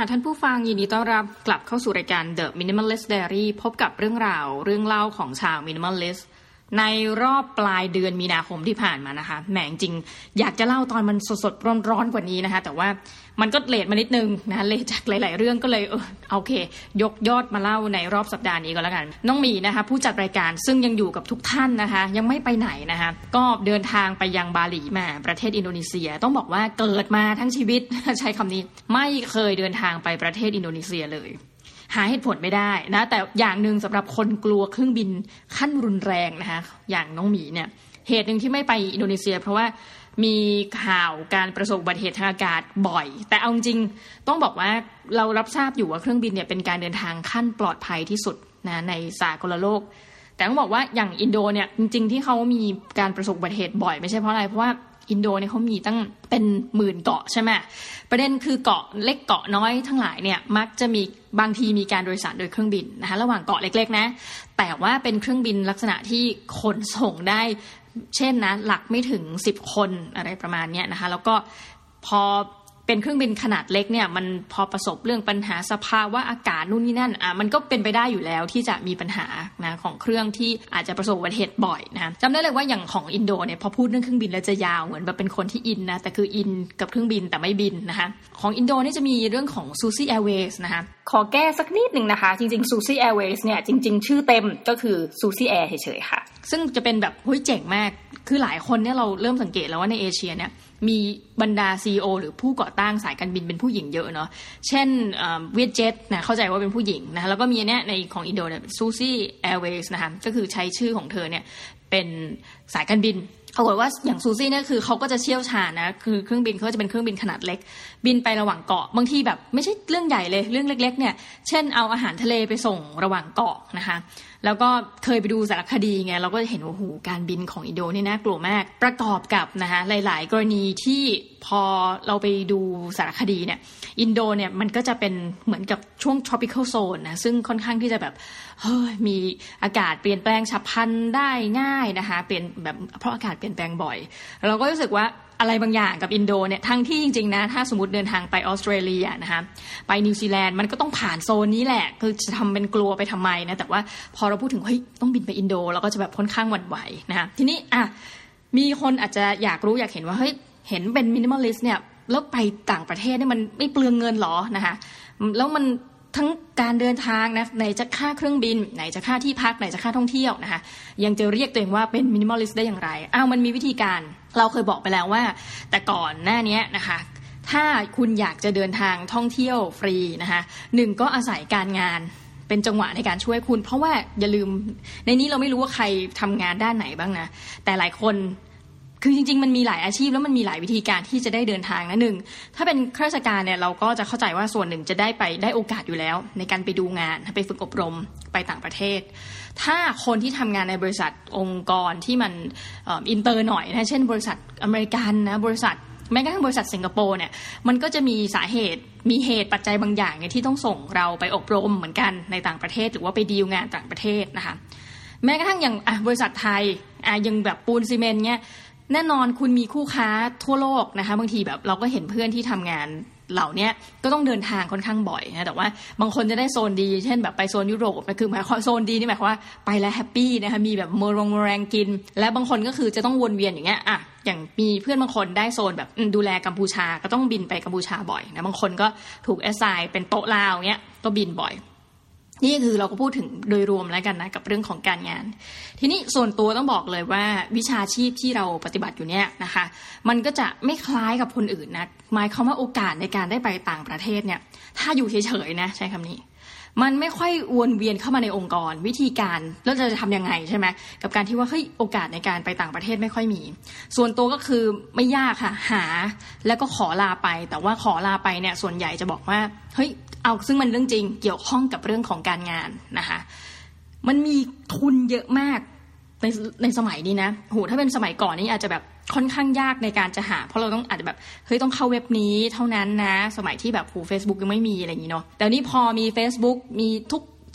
ท่านผู้ฟังยินดีต้อนรับกลับเข้าสู่รายการ The Minimalist Diary พบกับเรื่องราวเรื่องเล่าของชาว Minimalist ในรอบปลายเดือนมีนาคมที่ผ่านมานะคะแหมจริงอยากจะเล่าตอนมันสดๆร้อนๆกว่านี้นะคะแต่ว่ามันก็เลทมานิดนึงนะเลทจากหลายๆเรื่องก็เลยโอเคยกยอดมาเล่าในรอบสัปดาห์นี้ก็แล้วกันน้องหมีนะคะผู้จัดรายการซึ่งยังอยู่กับทุกท่านนะคะยังไม่ไปไหนนะคะก็เดินทางไปยังบาหลีมาประเทศอินโดนีเซียต้องบอกว่าเกิดมาทั้งชีวิตใช้คำนี้ไม่เคยเดินทางไปประเทศอินโดนีเซียเลยหาเหตุผลไม่ได้นะแต่อย่างนึงสำหรับคนกลัวเครื่องบินขั้นรุนแรงนะคะอย่างน้องหมีเนี่ยเหตุนึงที่ไม่ไปอินโดนีเซียเพราะว่ามีข่าวการประสบอุบัติเหตุทางอากาศบ่อยแต่เอาจริงต้องบอกว่าเรารับทราบอยู่ว่าเครื่องบินเนี่ยเป็นการเดินทางขั้นปลอดภัยที่สุดนะในสากลโลกแต่ต้องบอกว่าอย่างอินโดเนี่ยจริงๆที่เขามีการประสบอุบัติเหตุบ่อยไม่ใช่เพราะอะไรเพราะว่าอินโดเนี่ยเขามีตั้งเป็นหมื่นเกาะใช่ไหมประเด็นคือเกาะเล็กเกาะน้อยทั้งหลายเนี่ยมักจะมีบางทีมีการโดยสารโดยเครื่องบินนะคะระหว่างเกาะเล็กๆนะแต่ว่าเป็นเครื่องบินลักษณะที่ขนส่งได้เช่นนะหลักไม่ถึง10คนอะไรประมาณนี้นะคะแล้วก็พอเป็นเครื่องบินขนาดเล็กเนี่ยมันพอประสบเรื่องปัญหาสภาวะอากาศนู่นนี่นั่นมันก็เป็นไปได้อยู่แล้วที่จะมีปัญหานะของเครื่องที่อาจจะประสบอุบัติเหตุบ่อยนะจำได้เลยว่าอย่างของอินโดเนี่ยพอพูดเรื่องเครื่องบินแล้วจะยาวเหมือนแบบเป็นคนที่อินนะแต่คืออินกับเครื่องบินแต่ไม่บินนะคะของอินโดนี่จะมีเรื่องของ Suzy Airways นะคะขอแก้สักนิดนึงนะคะจริงๆ Suzy Airways เนี่ยจริงๆชื่อเต็มก็คือ Suzy Air เฉยๆค่ะซึ่งจะเป็นแบบเฮ้ยเจ๋งมากคือหลายคนเนี่ยเราเริ่มสังเกตแล้วว่าในเอเชียเนี่ยมีบรรดา CEO หรือผู้ก่อตั้งสายการบินเป็นผู้หญิงเยอะเนาะเช่นเวียดเจ็ตนะเข้าใจว่าเป็นผู้หญิงนะแล้วก็มีเนี่ยในของอินโดเนี่ย Suzy Airways นะคะก็คือใช้ชื่อของเธอเนี่ยเป็นสายการบินปรากฏว่าอย่างซูซี่เนี่ยคือเขาก็จะเชี่ยวชาญนะคือเครื่องบินเขาจะเป็นเครื่องบินขนาดเล็กบินไประหว่างเกาะบางทีแบบไม่ใช่เรื่องใหญ่เลยเรื่องเล็กๆเนี่ยเช่นเอาอาหารทะเลไปส่งระหว่างเกาะนะคะแล้วก็เคยไปดูสารคดีไงเราก็จะเห็นว่าโหการบินของอินโดนี่น่ากลัวมากประกอบกับนะคะหลายๆกรณีที่พอเราไปดูสารคดีเนี่ยอินโดเนี่ยมันก็จะเป็นเหมือนกับช่วง tropical zone นะซึ่งค่อนข้างที่จะแบบมีอากาศเปลี่ยนแปลงฉับพลันได้ง่ายนะคะเปลี่ยนแบบเพราะอากาศเปลี่ยนแปลงบ่อยเราก็รู้สึกว่าอะไรบางอย่างกับอินโดเนี่ยทั้งที่จริงๆนะถ้าสมมติเดินทางไปออสเตรเลียนะคะไปนิวซีแลนด์มันก็ต้องผ่านโซนนี้แหละคือจะทำเป็นกลัวไปทำไมนะแต่ว่าพอเราพูดถึงเฮ้ยต้องบินไปอินโดเราก็จะแบบค่อนข้างหวั่นไหวนะคะทีนี้มีคนอาจจะอยากรู้อยากเห็นว่าเฮ้ยเห็นเป็นมินิมอลิสต์เนี่ยแล้วไปต่างประเทศเนี่ยมันไม่เปลืองเงินหรอนะคะแล้วมันทั้งการเดินทางนะไหนจะค่าเครื่องบินไหนจะค่าที่พักไหนจะค่าท่องเที่ยวนะคะยังจะเรียกตัวเองว่าเป็นมินิมอลิสต์ได้อย่างไรมันมีวิธีการเราเคยบอกไปแล้วว่าแต่ก่อนหน้านี้นะคะถ้าคุณอยากจะเดินทางท่องเที่ยวฟรีนะคะ1ก็อาศัยการงานเป็นจังหวะในการช่วยคุณเพราะว่าอย่าลืมในนี้เราไม่รู้ว่าใครทำงานด้านไหนบ้างนะแต่หลายคนคือจริงๆมันมีหลายอาชีพแล้วมันมีหลายวิธีการที่จะได้เดินทางนะ1ถ้าเป็นข้าราชการเนี่ยเราก็จะเข้าใจว่าส่วนหนึ่งจะได้โอกาสอยู่แล้วในการไปดูงานไปฝึกอบรมไปต่างประเทศถ้าคนที่ทำงานในบริษัทองค์กรที่มันอินเตอร์หน่อยนะเช่นบริษัทอเมริกันนะบริษัทแม้กระทั่งบริษัทสิงคโปร์เนี่ยมันก็จะมีสาเหตุมีเหตุปัจจัยบางอย่างที่ต้องส่งเราไปอบรมเหมือนกันในต่างประเทศหรือว่าไปดีลงานต่างประเทศนะคะแม้กระทั่งอย่างบริษัทไทยยังแบบปูนซีเมนต์เนี่ยแน่นอนคุณมีคู่ค้าทั่วโลกนะคะบางทีแบบเราก็เห็นเพื่อนที่ทำงานเหล่านี้ก็ต้องเดินทางค่อนข้างบ่อยนะแต่ว่าบางคนจะได้โซนดีเช่นแบบไปโซนยุโรปคือหมายความโซนดีนี่หมายความว่าไปแล้วแฮปปี้นะคะมีแบบเมอแรงกินและบางคนก็คือจะต้องวนเวียนอย่างเงี้ยอย่างมีเพื่อนบางคนได้โซนแบบดูแลกัมพูชาก็ต้องบินไปกัมพูชาบ่อยนะบางคนก็ถูกแอสไซน์เป็นโต๊ะลาวเงี้ยก็บินบ่อยนี่คือเราก็พูดถึงโดยรวมแล้วกันนะกับเรื่องของการงานทีนี้ส่วนตัวต้องบอกเลยว่าวิชาชีพที่เราปฏิบัติอยู่เนี่ยนะคะมันก็จะไม่คล้ายกับคนอื่นนะหมายความว่าโอกาสในการได้ไปต่างประเทศเนี่ยถ้าอยู่เฉยๆนะใช้คำนี้มันไม่ค่อยวนเวียนเข้ามาในองค์กรวิธีการแล้วจะทำยังไงใช่ไหมกับการที่ว่าเฮ้ยโอกาสในการไปต่างประเทศไม่ค่อยมีส่วนตัวก็คือไม่ยากค่ะหาแล้วก็ขอลาไปแต่ว่าขอลาไปเนี่ยส่วนใหญ่จะบอกว่าเฮ้ยซึ่งมันเรื่องจริงเกี่ยวข้องกับเรื่องของการงานนะคะมันมีทุนเยอะมากในสมัยนี้นะถ้าเป็นสมัยก่อนนี่อาจจะแบบค่อนข้างยากในการจะหาเพราะเราต้องอาจจะแบบเฮ้ยต้องเข้าเว็บนี้เท่านั้นนะสมัยที่แบบFacebook ยังไม่มีอะไรอย่างนี้เนาะแต่นี่พอมี Facebook มีทุก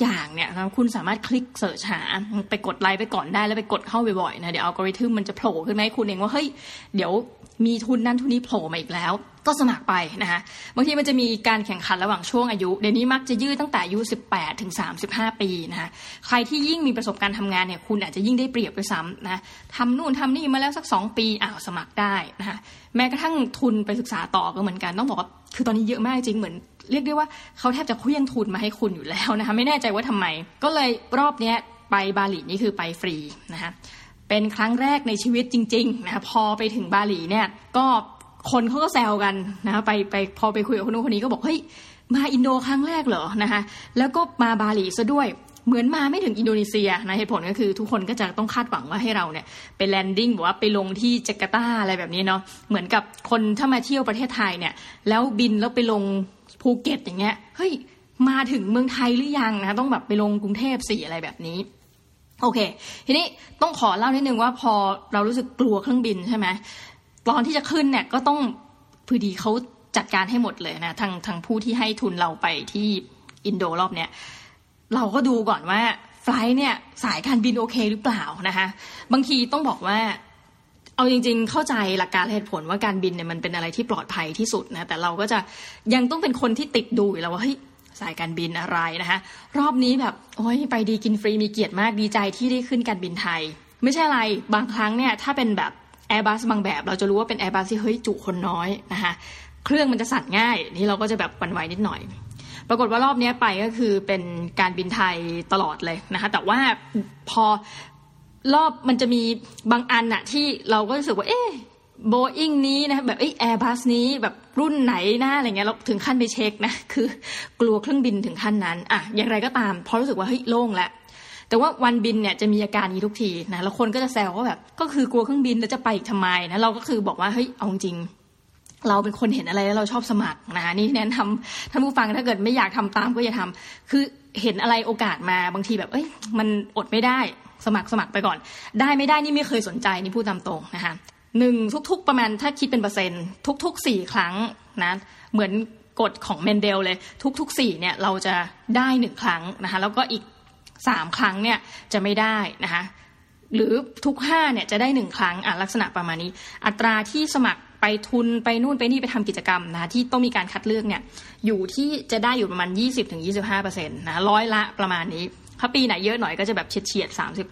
อย่างเนี่ยคุณสามารถคลิกเสิร์ชหาไปกดไลค์ไปก่อนได้แล้วไปกดเข้าบ่อยๆนะเดี๋ยวอัลกอริทึมมันจะโผล่ขึ้นมาให้คุณเองว่าเฮ้ยเดี๋ยวมีทุนนั้นทุนนี้โผล่มาอีกแล้วก็สมัครไปนะคะบางทีมันจะมีการแข่งขันระหว่างช่วงอายุเดี๋ยวนี้มักจะยืดตั้งแต่อายุ18ถึง35ปีนะคะใครที่ยิ่งมีประสบการณ์ทำงานเนี่ยคุณอาจจะยิ่งได้เปรียบด้วยซ้ำนะทำนู่นทำนี่มาแล้วสัก2ปีสมัครได้นะคะแม้กระทั่งทุนไปศึกษาต่อก็เหมือนกันต้องบอกว่าคือตอนนี้เยอะมากจริงเหมือนเรียกได้ว่าเขาแทบจะเคลื่อนทุนมาให้คุณอยู่แล้วนะคะไม่แน่ใจว่าทำไมก็เลยรอบนี้ไปบาหลีนี่คือไปฟรีนะคะเป็นครั้งแรกในชีวิตจริงๆนะคะพอไปถึงบาหลีเนี่ยก็คนเขาก็แซวกันนะคะไปพอไปคุยกับคนนู้นคนนี้ก็บอกเฮ้ยมาอินโดครั้งแรกเหรอนะคะแล้วก็มาบาหลีซะด้วยเหมือนมาไม่ถึงอินโดนีเซียนะเหตุผลก็คือทุกคนก็จะต้องคาดหวังว่าให้เราเนี่ยไปแลนดิ้งหรือว่าไปลงที่จาการ์ตาอะไรแบบนี้เนาะเหมือนกับคนถ้ามาเที่ยวประเทศไทยเนี่ยแล้วบินแล้วไปลงภูเก็ตอย่างเงี้ยเฮ้ยมาถึงเมืองไทยหรือยังนะต้องแบบไปลงกรุงเทพสิอะไรแบบนี้โอเคทีนี้ต้องขอเล่านิดนึงว่าพอเรารู้สึกกลัวเครื่องบินใช่ไหมตอนที่จะขึ้นเนี่ยก็ต้องพอดีเขาจัดการให้หมดเลยนะทางผู้ที่ให้ทุนเราไปที่อินโดรอบเนี้ยเราก็ดูก่อนว่าไฟล์เนี่ยสายการบินโอเคหรือเปล่านะคะบางทีต้องบอกว่าเอาจริงๆเข้าใจหลักการเหตุผลว่าการบินเนี่ยมันเป็นอะไรที่ปลอดภัยที่สุดนะแต่เราก็จะยังต้องเป็นคนที่ติดดูอยู่แล้วว่าเฮ้ยสายการบินอะไรนะคะรอบนี้แบบโอ้ยไปดีกินฟรีมีเกียรติมากดีใจที่ได้ขึ้นการบินไทยไม่ใช่อะไรบางครั้งเนี่ยถ้าเป็นแบบAirbus บางแบบเราจะรู้ว่าเป็น Airbus ที่เฮ้ยจุคนน้อยนะคะเครื่องมันจะสั่นง่ายนี่เราก็จะแบบหวั่นไหวนิดหน่อยปรากฏว่ารอบนี้ไปก็คือเป็นการบินไทยตลอดเลยนะคะแต่ว่าพอรอบมันจะมีบางอันน่ะที่เราก็รู้สึกว่าBoeing นี้นะแบบAirbus นี้แบบรุ่นไหนนะอะไรเงี้ยเราถึงขั้นไปเช็คนะคือกลัวเครื่องบินถึงขั้นนั้นอย่างไรก็ตามพอรู้สึกว่าเฮ้ยโล่งแล้วแต่ว่าวันบินเนี่ยจะมีอาการนี้ทุกทีนะแล้วคนก็จะแซวว่าแบบก็คือกลัวเครื่องบินแล้วจะไปอีกทำไมนะเราก็คือบอกว่าเฮ้ยเอาจริงเราเป็นคนเห็นอะไรแล้วเราชอบสมัครนะนี่แนะนำท่านผู้ฟังถ้าเกิดไม่อยากทำตามก็อย่าทำคือเห็นอะไรโอกาสมาบางทีแบบมันอดไม่ได้สมัครไปก่อนได้ไม่ได้นี่ไม่เคยสนใจนี่พูดตามตรงนะคะทุกๆประมาณถ้าคิดเป็นเปอร์เซ็นต์ทุกๆ4ครั้งนะเหมือนกฎของเมนเดลเลยทุกๆ4เนี่ยเราจะได้1ครั้งนะคะแล้วก็อีก3ครั้งเนี่ยจะไม่ได้นะคะหรือทุก5เนี่ยจะได้1ครั้งลักษณะประมาณนี้อัตราที่สมัครไปทุนไปนู่นไปนี่ไปทำกิจกรรมนะที่ต้องมีการคัดเลือกเนี่ยอยู่ที่จะได้อยู่ประมาณ 20-25% นะร้อยละประมาณนี้ถ้าปีไหนเยอะหน่อยก็จะแบบเฉียด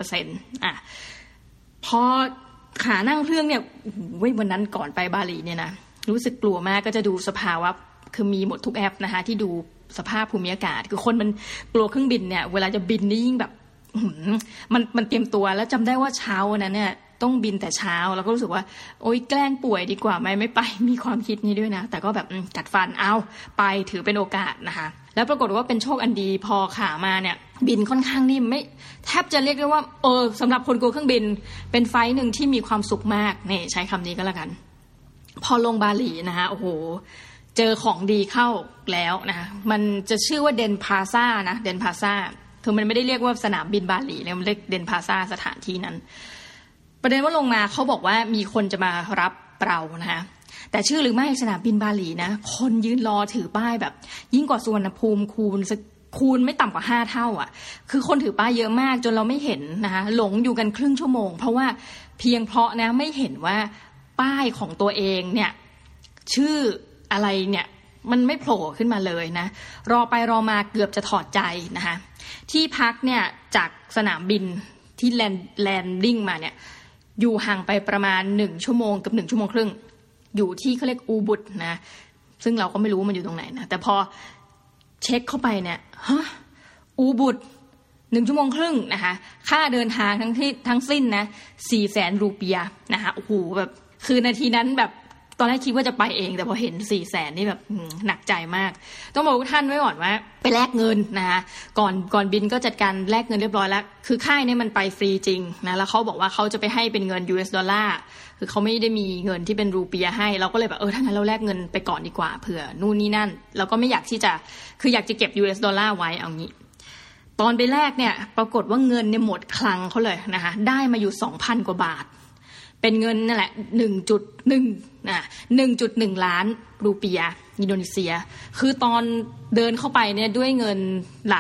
30% พอขานั่งเครื่องเนี่ยวันนั้นก่อนไปบาหลีเนี่ยนะรู้สึกกลัวมากก็จะดูสภาวะคือมีหมดทุกแอปนะคะที่ดูสภาพภูมิอากาศคือคนมันกลัวเครื่องบินเนี่ยเวลาจะบินนี่ยิ่งแบบมันเตรียมตัวแล้วจำได้ว่าเช้านั้นเนี่ยต้องบินแต่เช้าแล้วก็รู้สึกว่าโอ๊ยแกล้งป่วยดีกว่าไม่ไปมีความคิดนี้ด้วยนะแต่ก็แบบกัดฟันเอาไปถือเป็นโอกาสนะคะแล้วปรากฏว่าเป็นโชคอันดีพอขามาเนี่ยบินค่อนข้างนิ่มไม่แทบจะเรียกได้ว่าสำหรับคนกลัวเครื่องบินเป็นไฟล์นึงที่มีความสุขมากนี่ใช้คำนี้ก็แล้วกันพอลงบาหลีนะคะโอ้โหเจอของดีเข้าแล้วนะคะมันจะชื่อว่าเดนพาซ่านะเดนพาซ่าคือมันไม่ได้เรียกว่าสนามบินบาหลีเลยมันเรียกเดนพาซ่าสถานที่นั้นประเด็นว่าลงมาเขาบอกว่ามีคนจะมารับเรานะคะแต่ชื่อหรือไม่สนามบินบาหลีนะคนยืนรอถือป้ายแบบยิ่งกว่าสุวรรณภูมิคูณไม่ต่ำกว่า5เท่าคือคนถือป้ายเยอะมากจนเราไม่เห็นนะคะหลงอยู่กันครึ่งชั่วโมงเพราะว่าเพียงเพราะนะไม่เห็นว่าป้ายของตัวเองเนี่ยชื่ออะไรเนี่ยมันไม่โผล่ขึ้นมาเลยนะรอไปรอมาเกือบจะถอดใจนะคะที่พักเนี่ยจากสนามบินที่แลนดิ้งมาเนี่ยอยู่ห่างไปประมาณ1ชั่วโมงกับ1ชั่วโมงครึ่งอยู่ที่เขาเรียกอูบุตนะซึ่งเราก็ไม่รู้มันอยู่ตรงไหนนะแต่พอเช็คเข้าไปเนี่ยอูบุต1ชั่วโมงครึ่งนะคะค่าเดินทางทั้งสิ้นนะ 400,000 รูเปียนะคะโอ้โหแบบคือนาทีนั้นแบบตอนแรกคิดว่าจะไปเองแต่พอเห็น 400,000 นี่แบบหนักใจมากต้องบอกท่านไว้ก่อนว่าไปแลกเงินนะคะก่อนบินก็จัดการแลกเงินเรียบร้อยแล้วคือค่ายนี้มันไปฟรีจริงนะแล้วเขาบอกว่าเขาจะไปให้เป็นเงิน US ดอลลาร์คือเขาไม่ได้มีเงินที่เป็นรูเปียให้เราก็เลยแบบถ้างั้นเราแลกเงินไปก่อนดีกว่าเผื่อนู่นนี่นั่นเราก็ไม่อยากที่จะคืออยากจะเก็บ US ดอลลาร์ไว้เอางี้ตอนไปแลกเนี่ยปรากฏว่าเงินเนี่ยหมดคลังเขาเลยนะคะได้มาอยู่ 2,000 กว่าบาทเป็นเงินนั่นแหละ 1.1 ล้านรูเปียอินโดนีเซียคือตอนเดินเข้าไปเนี่ยด้วยเงินหลัก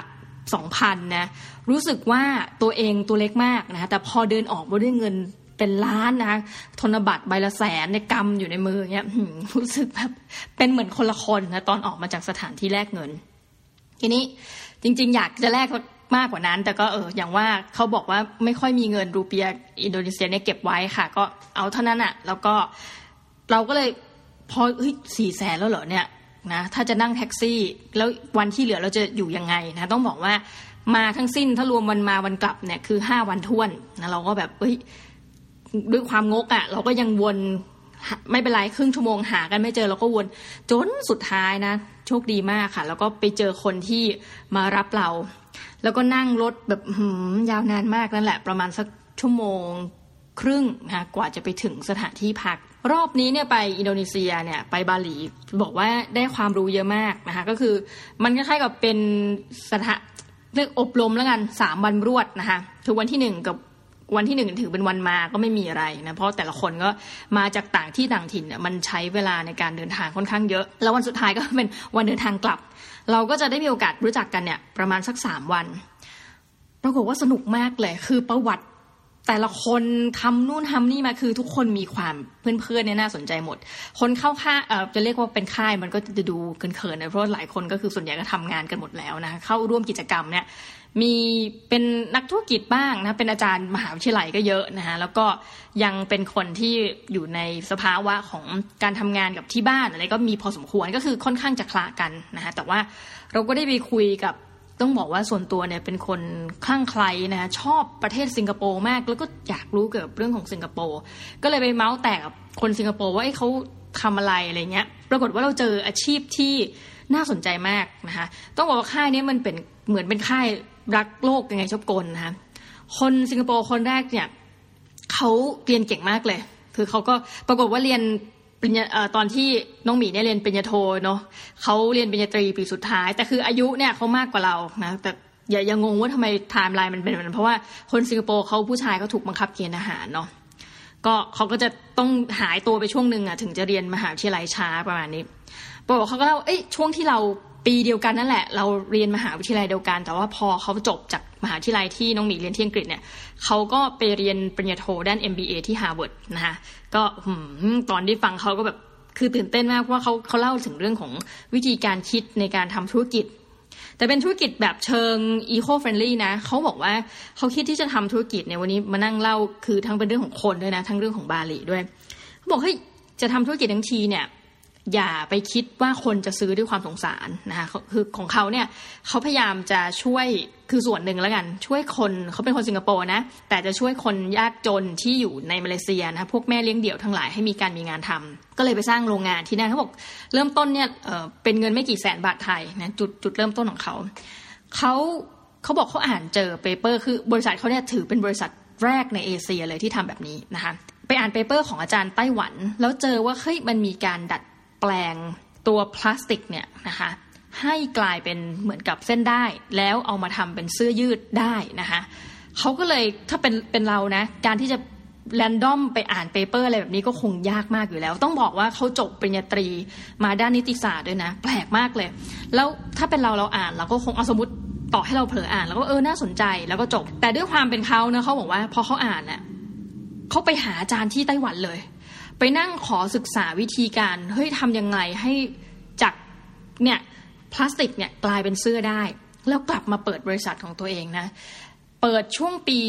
2,000นะรู้สึกว่าตัวเองตัวเล็กมากนะคะแต่พอเดินออกมาด้วยเงินเป็นล้านนะคะธนบัตรใบละแสนในกำอยู่ในมือเงี้ยรู้สึกแบบเป็นเหมือนคนละคนนะตอนออกมาจากสถานที่แลกเงินทีนี้จริงๆอยากจะแลกมากกว่านั้นแต่ก็อย่างว่าเขาบอกว่าไม่ค่อยมีเงินรูเปียอินโดนีเซียเนี่ยเก็บไว้ค่ะก็เอาเท่านั้นอ่ะแล้วก็เราก็เลยพอ400,000แล้วเหรอเนี่ยนะถ้าจะนั่งแท็กซี่แล้ววันที่เหลือเราจะอยู่ยังไงนะต้องบอกว่ามาทั้งสิ้นถ้ารวมวันมาวันกลับเนี่ยคือ5วันท้วนนะเราก็แบบด้วยความงกอ่ะเราก็ยังวนไม่เป็นไรครึ่งชั่วโมงหากันไม่เจอเราก็วนจนสุดท้ายนะโชคดีมากค่ะแล้วก็ไปเจอคนที่มารับเราแล้วก็นั่งรถแบบยาวนานมากนั่นแหละประมาณสักชั่วโมงครึ่งนะกว่าจะไปถึงสถานที่พักรอบนี้เนี่ยไปอินโดนีเซียเนี่ยไปบาหลีบอกว่าได้ความรู้เยอะมากนะคะก็คือมันคล้ายๆกับเป็นเรียกอบรมแล้วกัน3วันรวดนะคะคือวันที่1กับวันที่1ถือเป็นวันมาก็ไม่มีอะไรนะเพราะแต่ละคนก็มาจากต่างที่ต่างถิ่นเนี่ยมันใช้เวลาในการเดินทางค่อนข้างเยอะแล้ววันสุดท้ายก็เป็นวันเดินทางกลับเราก็จะได้มีโอกาสรู้จักกันเนี่ยประมาณสัก3วันปรากฏว่าสนุกมากเลยคือประวัติแต่ละคนทำนู่นทำนี่มาคือทุกคนมีความเพื่อนๆเนี่ยน่าสนใจหมดคนเข้าค่ายจะเรียกว่าเป็นค่ายมันก็จะดูเขินๆนะเพราะหลายคนก็คือส่วนใหญ่ก็ทำงานกันหมดแล้วนะเข้าร่วมกิจกรรมเนี่ยมีเป็นนักธุรกิจบ้างนะเป็นอาจารย์มหาวิทยาลัยก็เยอะนะคะแล้วก็ยังเป็นคนที่อยู่ในสภาวะของการทำงานกับที่บ้านอะไรก็มีพอสมควรก็คือค่อนข้างจะคละกันนะคะแต่ว่าเราก็ได้ไปคุยกับต้องบอกว่าส่วนตัวเนี่ยเป็นคนคลั่งไคล้นะชอบประเทศสิงคโปร์มากแล้วก็อยากรู้เกี่ยวกับเรื่องของสิงคโปร์ก็เลยไปเมาส์แตกกับคนสิงคโปร์ว่าเขาทำอะไรอะไรเงี้ยปรากฏว่าเราเจออาชีพที่น่าสนใจมากนะคะต้องบอกว่าค่ายนี้มันเป็นเหมือนเป็นค่ายรักโลกยังไงชอบกลนะคะคนสิงคโปร์คนแรกเนี่ยเขาเรียนเก่งมากเลยคือเขาก็ปรากฏว่าเรียนปริญญาตอนที่น้องหมีเนี่ยเรียนปริญญาโทเนาะเขาเรียนปริญญาตรีปีสุดท้ายแต่คืออายุเนี่ยเขามากกว่าเรานะแต่อย่างงงว่าทำไมไทม์ไลน์มันเป็นแบบนั้นเพราะว่าคนสิงคโปร์เขาผู้ชายเขาถูกบังคับเกณฑ์อาหารเนาะก็เขาก็จะต้องหายตัวไปช่วงนึงอ่ะถึงจะเรียนมหาวิทยาลัยช้าประมาณนี้บอกเขาก็เล่าช่วงที่เราปีเดียวกันนั่นแหละเราเรียนมหาวิทยาลัยเดียวกันแต่ว่าพอเขาจบจากมหาวิทยาลัยที่น้องหมีเรียนที่อังกฤษเนี่ยเขาก็ไปเรียนปริญญาโทด้าน MBA ที่ฮาร์วาร์ดนะคะก็ตอนที่ฟังเขาก็แบบคือตื่นเต้นมากเพราะว่าเขาเล่าถึงเรื่องของวิธีการคิดในการทำธุรกิจแต่เป็นธุรกิจแบบเชิง eco friendly นะเขาบอกว่าเขาคิดที่จะทำธุรกิจในวันนี้มานั่งเล่าคือทั้งเป็นเรื่องของคนด้วยนะทั้งเรื่องของบาหลีด้วยเขาบอกจะทำธุรกิจทั้งทีเนี่ยอย่าไปคิดว่าคนจะซื้อด้วยความสงสารนะคะคือของเขาเนี่ยเขาพยายามจะช่วยคือส่วนหนึ่งแล้วกันช่วยคนเขาเป็นคนสิงคโปร์นะแต่จะช่วยคนยากจนที่อยู่ในมาเลเซียนะพวกแม่เลี้ยงเดี่ยวทั้งหลายให้มีงานทำก็เลยไปสร้างโรงงานที่นั่นเขาบอกเริ่มต้นเนี่ยเป็นเงินไม่กี่แสนบาทไทยนะจุดเริ่มต้นของเขาบอกเขาอ่านเจอเปเปอร์คือบริษัทเขาเนี่ยถือเป็นบริษัทแรกในเอเชียเลยที่ทำแบบนี้นะคะไปอ่านเปเปอร์ของอาจารย์ไต้หวันแล้วเจอว่ามันมีการดัดแปลงตัวพลาสติกเนี่ยนะคะให้กลายเป็นเหมือนกับเส้นได้แล้วเอามาทำเป็นเสื้อยืดได้นะคะเขาก็เลยถ้าเป็นเรานะการที่จะแรนดอมไปอ่านเปเปอร์อะไรแบบนี้ก็คงยากมากอยู่แล้วต้องบอกว่าเขาจบปริญญาตรีมาด้านนิติศาสตร์ด้วยนะแปลกมากเลยแล้วถ้าเป็นเราอ่านเราก็คงเอาสมมติต่อให้เราเผลออ่านแล้วก็น่าสนใจแล้วก็จบแต่ด้วยความเป็นเขานะเขาบอกว่าพอเขาอ่านน่ะเขาไปหาอาจารย์ที่ไต้หวันเลยไปนั่งขอศึกษาวิธีการทำยังไงให้จากเนี่ยพลาสติกเนี่ยกลายเป็นเสื้อได้แล้วกลับมาเปิดบริษัทของตัวเองนะเปิดช่วงปี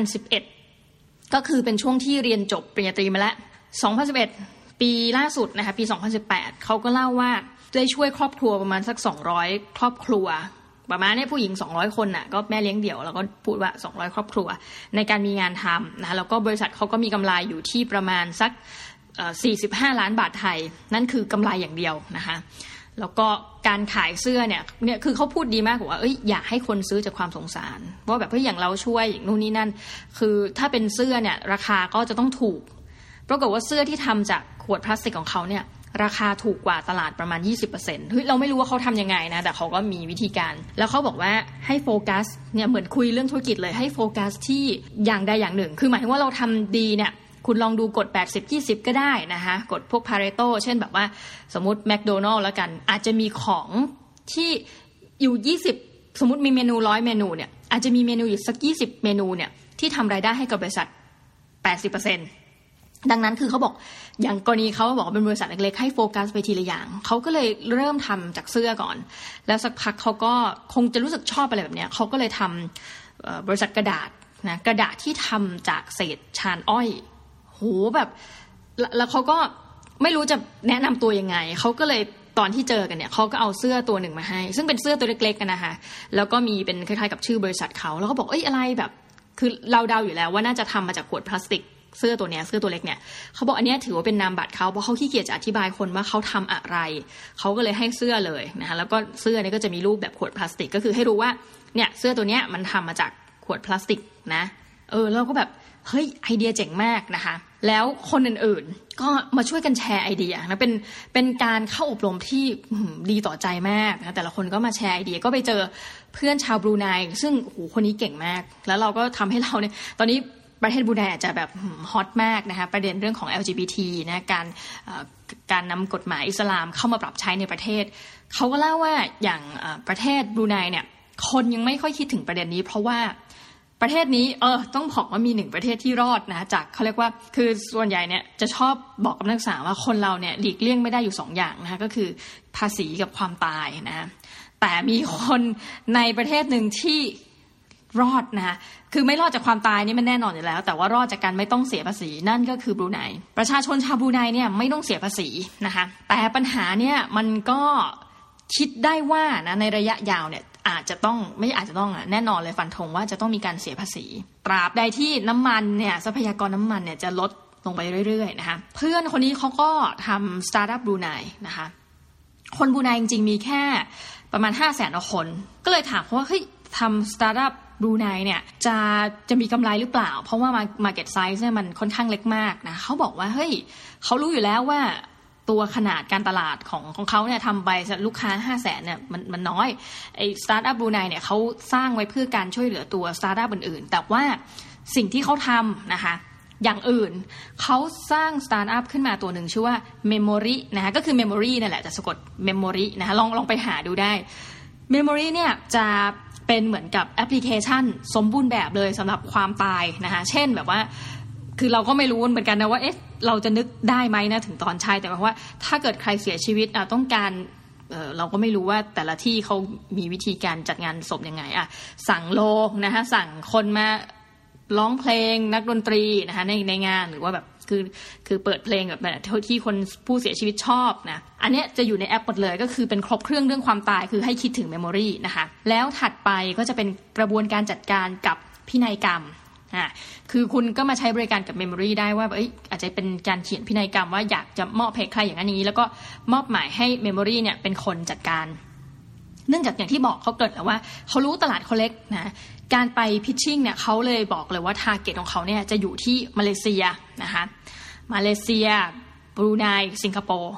2011ก็คือเป็นช่วงที่เรียนจบปริญญาตรีมาแล้ว2011ปีล่าสุดนะคะปี2018เขาก็เล่าว่าได้ช่วยครอบครัวประมาณสัก200ครอบครัวประมาณนี้ผู้หญิง200คนน่ะก็แม่เลี้ยงเดี่ยวแล้วก็พูดว่า200ครอบครัวในการมีงานทำนะแล้วก็บริษัทเขาก็มีกำไรอยู่ที่ประมาณสัก45 ล้านบาทไทยนั่นคือกำไรอย่างเดียวนะคะแล้วก็การขายเสื้อเนี่ยคือเขาพูดดีมากว่าอยากให้คนซื้อจากความสงสารว่าแบบอย่างเราช่วยอย่างนู่นนี่นั่นคือถ้าเป็นเสื้อเนี่ยราคาก็จะต้องถูกปรากฏว่าเสื้อที่ทำจากขวดพลาสติกของเขาเนี่ยราคาถูกกว่าตลาดประมาณ 20% เราไม่รู้ว่าเขาทำยังไงนะแต่เขาก็มีวิธีการแล้วเขาบอกว่าให้โฟกัสเนี่ยเหมือนคุยเรื่องธุรกิจเลยให้โฟกัสที่อย่างใดอย่างหนึ่งคือหมายถึงว่าเราทำดีเนี่ยคุณลองดูกฎ 80-20 ก็ได้นะคะกฎพวก Pareto เช่นแบบว่าสมมุติแมคโดนัลด์แล้วกันอาจจะมีของที่อยู่สมมติมีเมนู100เมนูเนี่ยอาจจะมีเมนูอยู่สัก20เมนูเนี่ยที่ทำรายได้ให้กับบริษัท 80%ดังนั้นคือเขาบอกอย่างกรณีเขาบอกเป็นบริษัทเล็กๆให้โฟกัสไปทีละอย่างเขาก็เลยเริ่มทำจากเสื้อก่อนแล้วสักพักเขาก็คงจะรู้สึกชอบอะไรแบบเนี้ยเขาก็เลยทำบริษัทกระดาษนะกระดาษที่ทำจากเศษชานอ้อยโหแบบแล้วเขาก็ไม่รู้จะแนะนำตัวยังไงเขาก็เลยตอนที่เจอกันเนี่ยเขาก็เอาเสื้อตัวหนึ่งมาให้ซึ่งเป็นเสื้อตัวเล็กๆกันนะคะแล้วก็มีเป็นคล้ายๆกับชื่อบริษัทเขาแล้วก็บอกอะไรแบบคือเราเดาอยู่แล้วว่าน่าจะทำมาจากขวดพลาสติกเสื้อตัวเนี้ยเสื้อตัวเล็กเนี่ยเขาบอกอันเนี้ยถือว่าเป็นนามบัตรเขาเพราะเขาขี้เกียจจะอธิบายคนว่าเขาทำอะไรเขาก็เลยให้เสื้อเลยนะคะแล้วก็เสื้อเนี่ยก็จะมีรูปแบบขวดพลาสติกก็คือให้รู้ว่าเนี่ยเสื้อตัวเนี้ยมันทำมาจากขวดพลาสติกนะเราก็แบบเฮ้ยไอเดียเจ๋งมากนะคะแล้วคนอื่นๆก็มาช่วยกันแชร์ไอเดียนะเป็นการเข้าอบรมที่ดีต่อใจมากนะแต่ละคนก็มาแชร์ไอเดียก็ไปเจอเพื่อนชาวบรูไนซึ่งโอ้โหคนนี้เก่งมากแล้วเราก็ทำให้เราเนี่ยตอนนี้ประเทศบรูไนอาจจะแบบฮอตมากนะคะประเด็นเรื่องของ LGBT นะการนำกฎหมายอิสลามเข้ามาปรับใช้ในประเทศเขาก็เล่าว่าอย่างประเทศบรูไนเนี่ยคนยังไม่ค่อยคิดถึงประเด็นนี้เพราะว่าประเทศนี้ต้องบอกว่ามี1ประเทศที่รอดนะจากเขาเรียกว่าคือส่วนใหญ่เนี่ยจะชอบบอกกับนักศึกษาว่าคนเราเนี่ยหลีกเลี่ยงไม่ได้อยู่2อย่างนะคะก็คือภาษีกับความตายนะแต่มีคนในประเทศหนึ่งที่รอดนะคะคือไม่รอดจากความตายนี่มันแน่นอนอยู่แล้วแต่ว่ารอดจากการไม่ต้องเสียภาษีนั่นก็คือบรูไนประชาชนชาวบรูไนเนี่ยไม่ต้องเสียภาษีนะคะแต่ปัญหาเนี่ยมันก็คิดได้ว่านะในระยะยาวเนี่ยอาจจะต้องแน่นอนเลยฟันธงว่าจะต้องมีการเสียภาษีตราบใดที่น้ำมันเนี่ยทรัพยากรน้ำมันเนี่ยจะลดลงไปเรื่อยๆนะคะเพื่อนคนนี้เขาก็ทำสตาร์ทอัพบรูไนนะคะคนบรูไนจริงๆมีแค่ประมาณ 500,000 คนก็เลยถามเขาว่าเฮ้ยทำสตาร์ทอัพบรูไนเนี่ยจะมีกำไรหรือเปล่าเพราะว่า market size เนี่ยมันค่อนข้างเล็กมากนะเขาบอกว่าเฮ้ยเขารู้อยู่แล้วว่าตัวขนาดการตลาดของเขาเนี่ยทำไปลูกค้า 500,000 เนี่ยมันน้อยไอ้สตาร์ทอัพบรูไนเนี่ยเขาสร้างไว้เพื่อการช่วยเหลือตัวสตาร์ทอัพอื่นๆแต่ว่าสิ่งที่เขาทำนะคะอย่างอื่นเขาสร้างสตาร์ทอัพขึ้นมาตัวหนึ่งชื่อว่า Memory นะคะก็คือ Memory นั่นแหละจะสะกด Memory นะคะลองไปหาดูได้ Memory เนี่ยจะเป็นเหมือนกับแอปพลิเคชันสมบูรณ์แบบเลยสำหรับความตายนะคะเช่นแบบว่าคือเราก็ไม่รู้เหมือนกันนะว่าเราจะนึกได้ไหมนะถึงตอนใช้แต่ว่าถ้าเกิดใครเสียชีวิตต้องการเราก็ไม่รู้ว่าแต่ละที่เขามีวิธีการจัดงานศพยังไงสั่งโลงนะคะสั่งคนมาร้องเพลงนักดนตรีนะคะในงานหรือว่าแบบคือเปิดเพลงแบบที่คนผู้เสียชีวิตชอบนะอันนี้จะอยู่ในแอปหมดเลยก็คือเป็นครบเครื่องเรื่องความตายคือให้คิดถึงเมมโมรีนะคะแล้วถัดไปก็จะเป็นกระบวนการจัดการกับพินัยกรรมคือคุณก็มาใช้บริการกับ Memory ได้ว่าอาจจะเป็นการเขียนพินัยกรรมว่าอยากจะมอบให้ใครอย่างนั้นอย่างนี้แล้วก็มอบหมายให้ Memory เนี่ยเป็นคนจัดการเนื่องจากอย่างที่บอกเขาเกิดแล้วว่าเขารู้ตลาดเขาเล็กนะการไปพิชชิ่งเนี่ยเขาเลยบอกเลยว่าทาร์เก็ตของเขาเนี่ยจะอยู่ที่มาเลเซียนะคะมาเลเซียบรูไนสิงคโปร์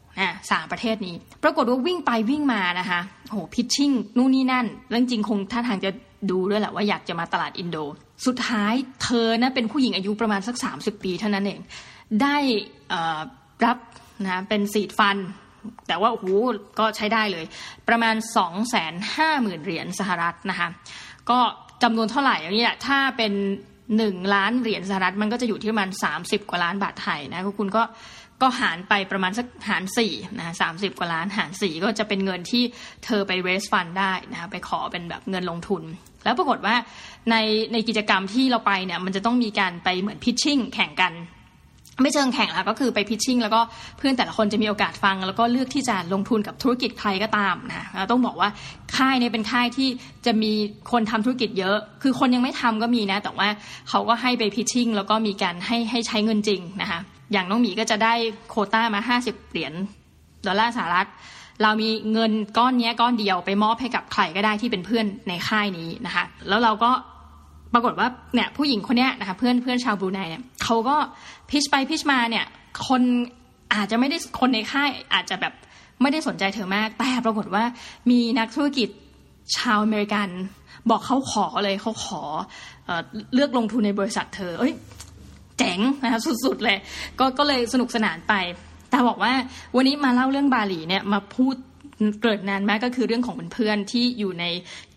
3ประเทศนี้ปรากฏว่าวิ่งไปวิ่งมานะคะโอ้โหพิชชิ่งนู่นนี่นั่นเรื่องจริงคงท่าทางจะดูด้วยแหละว่าอยากจะมาตลาดอินโดสุดท้ายเธอนะเป็นผู้หญิงอายุประมาณสัก30ปีเท่านั้นเองได้รับนะเป็นซีดฟันแต่ว่าโอ้โหก็ใช้ได้เลยประมาณ 250,000 เหรียญสหรัฐนะคะก็จำนวนเท่าไหร่อย่างนี้แหละถ้าเป็น1ล้านเหรียญสหรัฐมันก็จะอยู่ที่ประมาณ30 กว่าล้านบาทไทยนะคุณก็หารไปประมาณสักหาร4นะ30 กว่าล้านหาร4ก็จะเป็นเงินที่เธอไป raise fund ได้นะไปขอเป็นแบบเงินลงทุนแล้วปรากฏว่าในกิจกรรมที่เราไปเนี่ยมันจะต้องมีการไปเหมือน pitching แข่งกันไม่เชิงแข่งค่ะก็คือไป pitching แล้วก็เพื่อนแต่ละคนจะมีโอกาสฟังแล้วก็เลือกที่จะลงทุนกับธุรกิจใครก็ตามนะต้องบอกว่าค่ายนี้เป็นค่ายที่จะมีคนทำธุรกิจเยอะคือคนยังไม่ทำก็มีนะแต่ว่าเขาก็ให้ไป pitching แล้วก็มีการให้ใช้เงินจริงนะคะอย่างน้องหมีก็จะได้โควต้ามา$50สหรัฐเรามีเงินก้อนนี้ก้อนเดียวไปมอบให้กับใครก็ได้ที่เป็นเพื่อนในค่ายนี้นะคะแล้วเราก็ปรากฏว่าเนี่ยผู้หญิงคนนี้นะคะเพื่อนชาวบรูไนเนี่ยเขาก็พิชไปพิชมาเนี่ยคนอาจจะไม่ได้คนในค่ายอาจจะแบบไม่ได้สนใจเธอมากแต่ปรากฏว่ามีนักธุรกิจชาวอเมริกันบอกเขาขอเลือกลงทุนในบริษัทเธอเจ๋งนะคะสุดๆเลยก็เลยสนุกสนานไปแต่บอกว่าวันนี้มาเล่าเรื่องบาหลีเนี่ยมาพูดเกิดนานมากก็คือเรื่องของเพื่อนที่อยู่ใน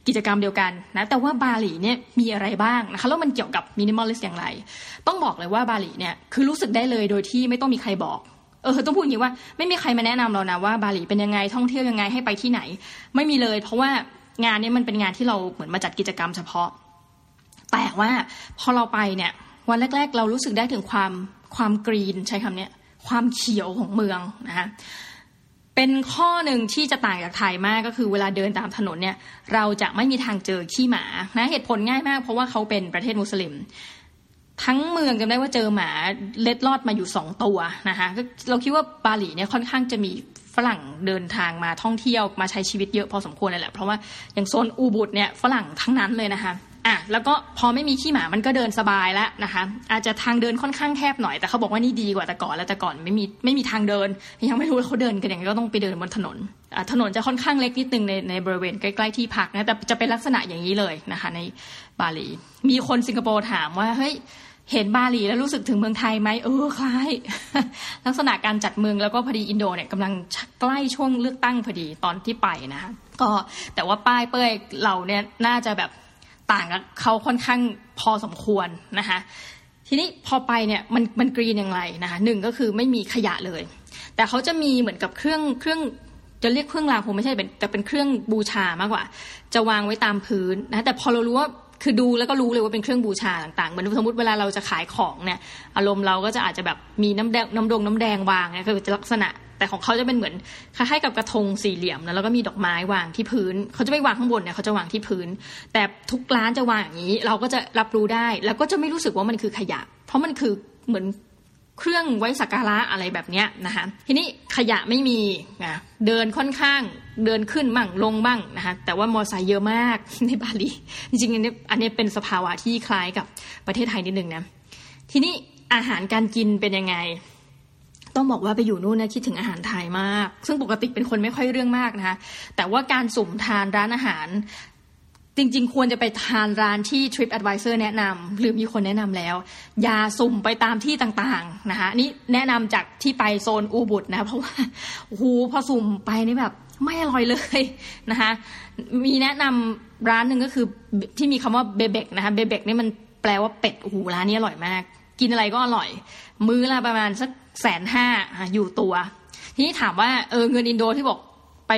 กิจกรรมเดียวกันนะแต่ว่าบาหลีเนี่ยมีอะไรบ้างนะคะแล้วมันเกี่ยวกับมินิมอลลิสต์อย่างไรต้องบอกเลยว่าบาหลีเนี่ยคือรู้สึกได้เลยโดยที่ไม่ต้องมีใครบอกต้องพูดอย่างนี้ว่าไม่มีใครมาแนะนำเรานะว่าบาหลีเป็นยังไงท่องเที่ยวยังไงให้ไปที่ไหนไม่มีเลยเพราะว่างานนี้มันเป็นงานที่เราเหมือนมาจัดกิจกรรมเฉพาะแต่ว่าพอเราไปเนี่ยวันแรกๆเรารู้สึกได้ถึงความกรีนใช้คำนี้ความเขียวของเมืองนะคะเป็นข้อหนึ่งที่จะต่างจากไทยมากก็คือเวลาเดินตามถนนเนี่ยเราจะไม่มีทางเจอขี้หมานะเหตุผลง่ายมากเพราะว่าเขาเป็นประเทศมุสลิมทั้งเมืองจำได้ว่าเจอหมาเล็ดลอดมาอยู่2ตัวนะคะเราคิดว่าบาหลีเนี่ยค่อนข้างจะมีฝรั่งเดินทางมาท่องเที่ยวมาใช้ชีวิตเยอะพอสมควรเลยแหละเพราะว่าอย่างโซนอูบุดเนี่ยฝรั่งทั้งนั้นเลยนะคะแล้วก็พอไม่มีขี้หมามันก็เดินสบายแล้วนะคะอาจจะทางเดินค่อนข้างแคบหน่อยแต่เขาบอกว่านี่ดีกว่าแต่ก่อนแล้วแต่ก่อนไม่มีทางเดินยังไม่รู้เขาเดินกันอย่างไรก็ต้องไปเดินบนถนนถนนจะค่อนข้างเล็กนิดนึงในบริเวณใกล้ๆที่พักนะแต่จะเป็นลักษณะอย่างนี้เลยนะคะในบาหลีมีคนสิงคโปร์ถามว่าเฮ้ยเห็นบาหลีแล้วรู้สึกถึงเมืองไทยไหมคล้ายลักษณะการจัดเมืองแล้วก็พอดีอินโดเนี่ยกำลังใกล้ช่วงเลือกตั้งพอดีตอนที่ไปนะคะก็แต่ว่าป้ายเป้ยเราเนี่ยน่าจะแบบต่างกับเขาค่อนข้างพอสมควรนะคะทีนี้พอไปเนี่ยมันกรีนอย่างไรนะคะ1ก็คือไม่มีขยะเลยแต่เขาจะมีเหมือนกับเครื่องจะเรียกเครื่องรางคงไม่ใช่แต่เป็นเครื่องบูชามากกว่าจะวางไว้ตามพื้นนะแต่พอเรารู้ว่าคือดูแล้วก็รู้เลยว่าเป็นเครื่องบูชาต่างๆเหมือนสมมติเวลาเราจะขายของเนี่ยอารมณ์เราก็จะอาจจะแบบมีน้ำแดงวางเนี่ยคือลักษณะแต่ของเขาจะเป็นเหมือนคล้ายๆกับกระทงสี่เหลี่ยมนะแล้วก็มีดอกไม้วางที่พื้นเขาจะไม่วางข้างบนเนี่ยเขาจะวางที่พื้นแต่ทุกร้านจะวางอย่างนี้เราก็จะรับรู้ได้แล้วก็จะไม่รู้สึกว่ามันคือขยะเพราะมันคือเหมือนเครื่องไว้สักการะอะไรแบบเนี้ยนะคะทีนี้ขยะไม่มีนะเดินค่อนข้างเดินขึ้นบ้างลงบ้างนะคะแต่ว่ามอเตอร์ไซค์เยอะมากในบาหลีจริงๆอันนี้เป็นสภาวะที่คล้ายกับประเทศไทยนิดนึงนะทีนี้อาหารการกินเป็นยังไงต้องบอกว่าไปอยู่นู่นนะคิดถึงอาหารไทยมากซึ่งปกติเป็นคนไม่ค่อยเรื่องมากนะคะแต่ว่าการสุ่มทานร้านอาหารจริงๆควรจะไปทานร้านที่ TripAdvisor แนะนำหรือมีคนแนะนำแล้วอย่าสุ่มไปตามที่ต่างๆนะคะนี่แนะนำจากที่ไปโซนอูบุดนะเพราะว่าโอ้โหพอสุ่มไปนี่แบบไม่อร่อยเลยนะคะมีแนะนำร้านหนึ่งก็คือที่มีคำว่าเบเบกนะคะเบเบกนี่มันแปลว่าเป็ดโอ้โหร้านนี้อร่อยมากกินอะไรก็อร่อยมื้อละประมาณสัก150,000อยู่ตัวทีนี้ถามว่าเงินอินโดที่บอกไป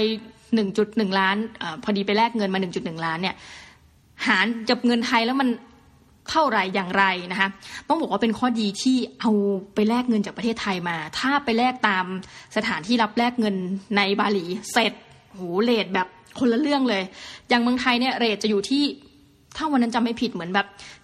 1.1 ล้านพอดีไปแลกเงินมา 1.1 ล้านเนี่ยหารกับเงินไทยแล้วมันเท่าไหร่อย่างไรนะคะต้องบอกว่าเป็นข้อดีที่เอาไปแลกเงินจากประเทศไทยมาถ้าไปแลกตามสถานที่รับแลกเงินในบาหลีเสร็จโหเรทแบบคนละเรื่องเลยอย่างเมืองไทยเนี่ยเรทจะอยู่ที่ถ้าวันนั้นจำไม่ผิดเหมือนแบบ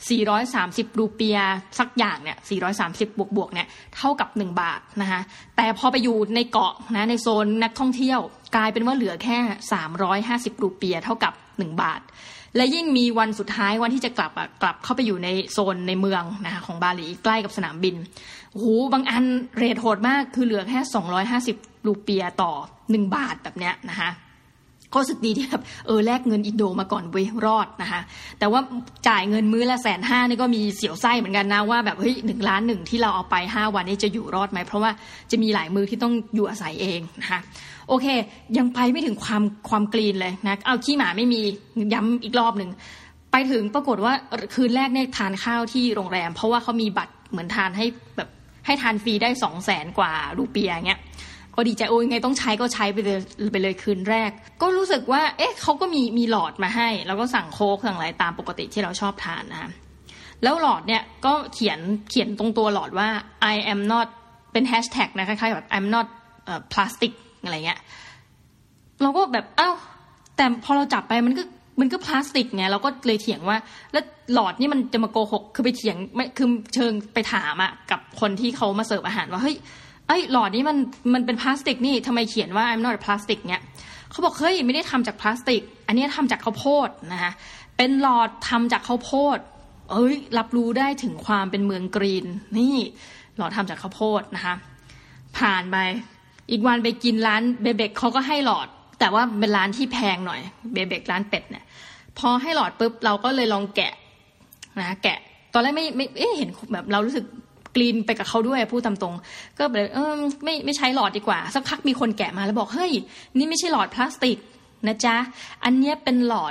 430รูเปียสักอย่างเนี่ย430บวกเนี่ยเท่ากับ1บาทนะคะแต่พอไปอยู่ในเกาะนะในโซนนักท่องเที่ยวกลายเป็นว่าเหลือแค่350รูเปียเท่ากับ1บาทและยิ่งมีวันสุดท้ายวันที่จะกลับเข้าไปอยู่ในโซนในเมืองนะคะของบาหลีใกล้กับสนามบินโอ้โหบางอันเรทโหดมากคือเหลือแค่250รูเปียต่อ1บาทแบบเนี้ยนะคะก็รู้สึกดีที่แบบแลกเงินอินโดมาก่อนเว้ยรอดนะคะแต่ว่าจ่ายเงินมื้อละ150,000นี่ก็มีเสียวไส้เหมือนกันนะว่าแบบเฮ้ย1 ล้านที่เราเอาไป5วันนี้จะอยู่รอดไหมเพราะว่าจะมีหลายมื้อที่ต้องอยู่อาศัยเองนะคะโอเคยังไปไม่ถึงความกรีนเลยนะเอาขี้หมาไม่มีย้ำอีกรอบหนึ่งไปถึงปรากฏว่าคืนแรกเนี่ยทานข้าวที่โรงแรมเพราะว่าเขามีบัตรเหมือนทานให้แบบให้ทานฟรีได้200,000 กว่ารูเปียเงี้ยก็ดีใจยังไงต้องใช้ก็ใช้ไปเลยคืนแรกก็รู้สึกว่าเขาก็มีหลอดมาให้แล้วก็สั่งโค้กสั่งอะไรตามปกติที่เราชอบทานนะแล้วหลอดเนี่ยก็เขียนตรงตัวหลอดว่า I am not เป็นแฮชแท็กนะคล้ายๆแบบ I'm not plastic อะไรเงี้ยเราก็แบบแต่พอเราจับไปมันก็พลาสติกไงเราก็เลยเถียงว่าแล้วหลอดนี่มันจะมาโกหกคือไปเถียงไม่คือเชิงไปถามกับคนที่เขามาเสิร์ฟอาหารว่าเฮ้ยหลอดนี้มันเป็นพลาสติกนี่ทำไมเขียนว่า I'm not plastic เนี่ยเขาบอกเฮ้ยไม่ได้ทำจากพลาสติกอันนี้ทำจากข้าวโพดนะคะเป็นหลอดทำจากข้าวโพดรับรู้ได้ถึงความเป็นเมืองกรีนนี่หลอดทำจากข้าวโพดนะคะผ่านไปอีกวันไปกินร้านเบเบกเขาก็ให้หลอดแต่ว่าเป็นร้านที่แพงหน่อยเบเบกร้านเป็ดเนี่ยพอให้หลอดปุ๊บเราก็เลยลองแกะนะแกะตอนแรกไม่เห็นแบบเรารู้สึกกรีนไปกับเขาด้วยพูดตามตรงก็เลยไม่ใช้หลอดดีกว่าสักพักมีคนแกะมาแล้วบอกเฮ้ยนี่ไม่ใช่หลอดพลาสติกนะจ๊ะอันนี้เป็นหลอด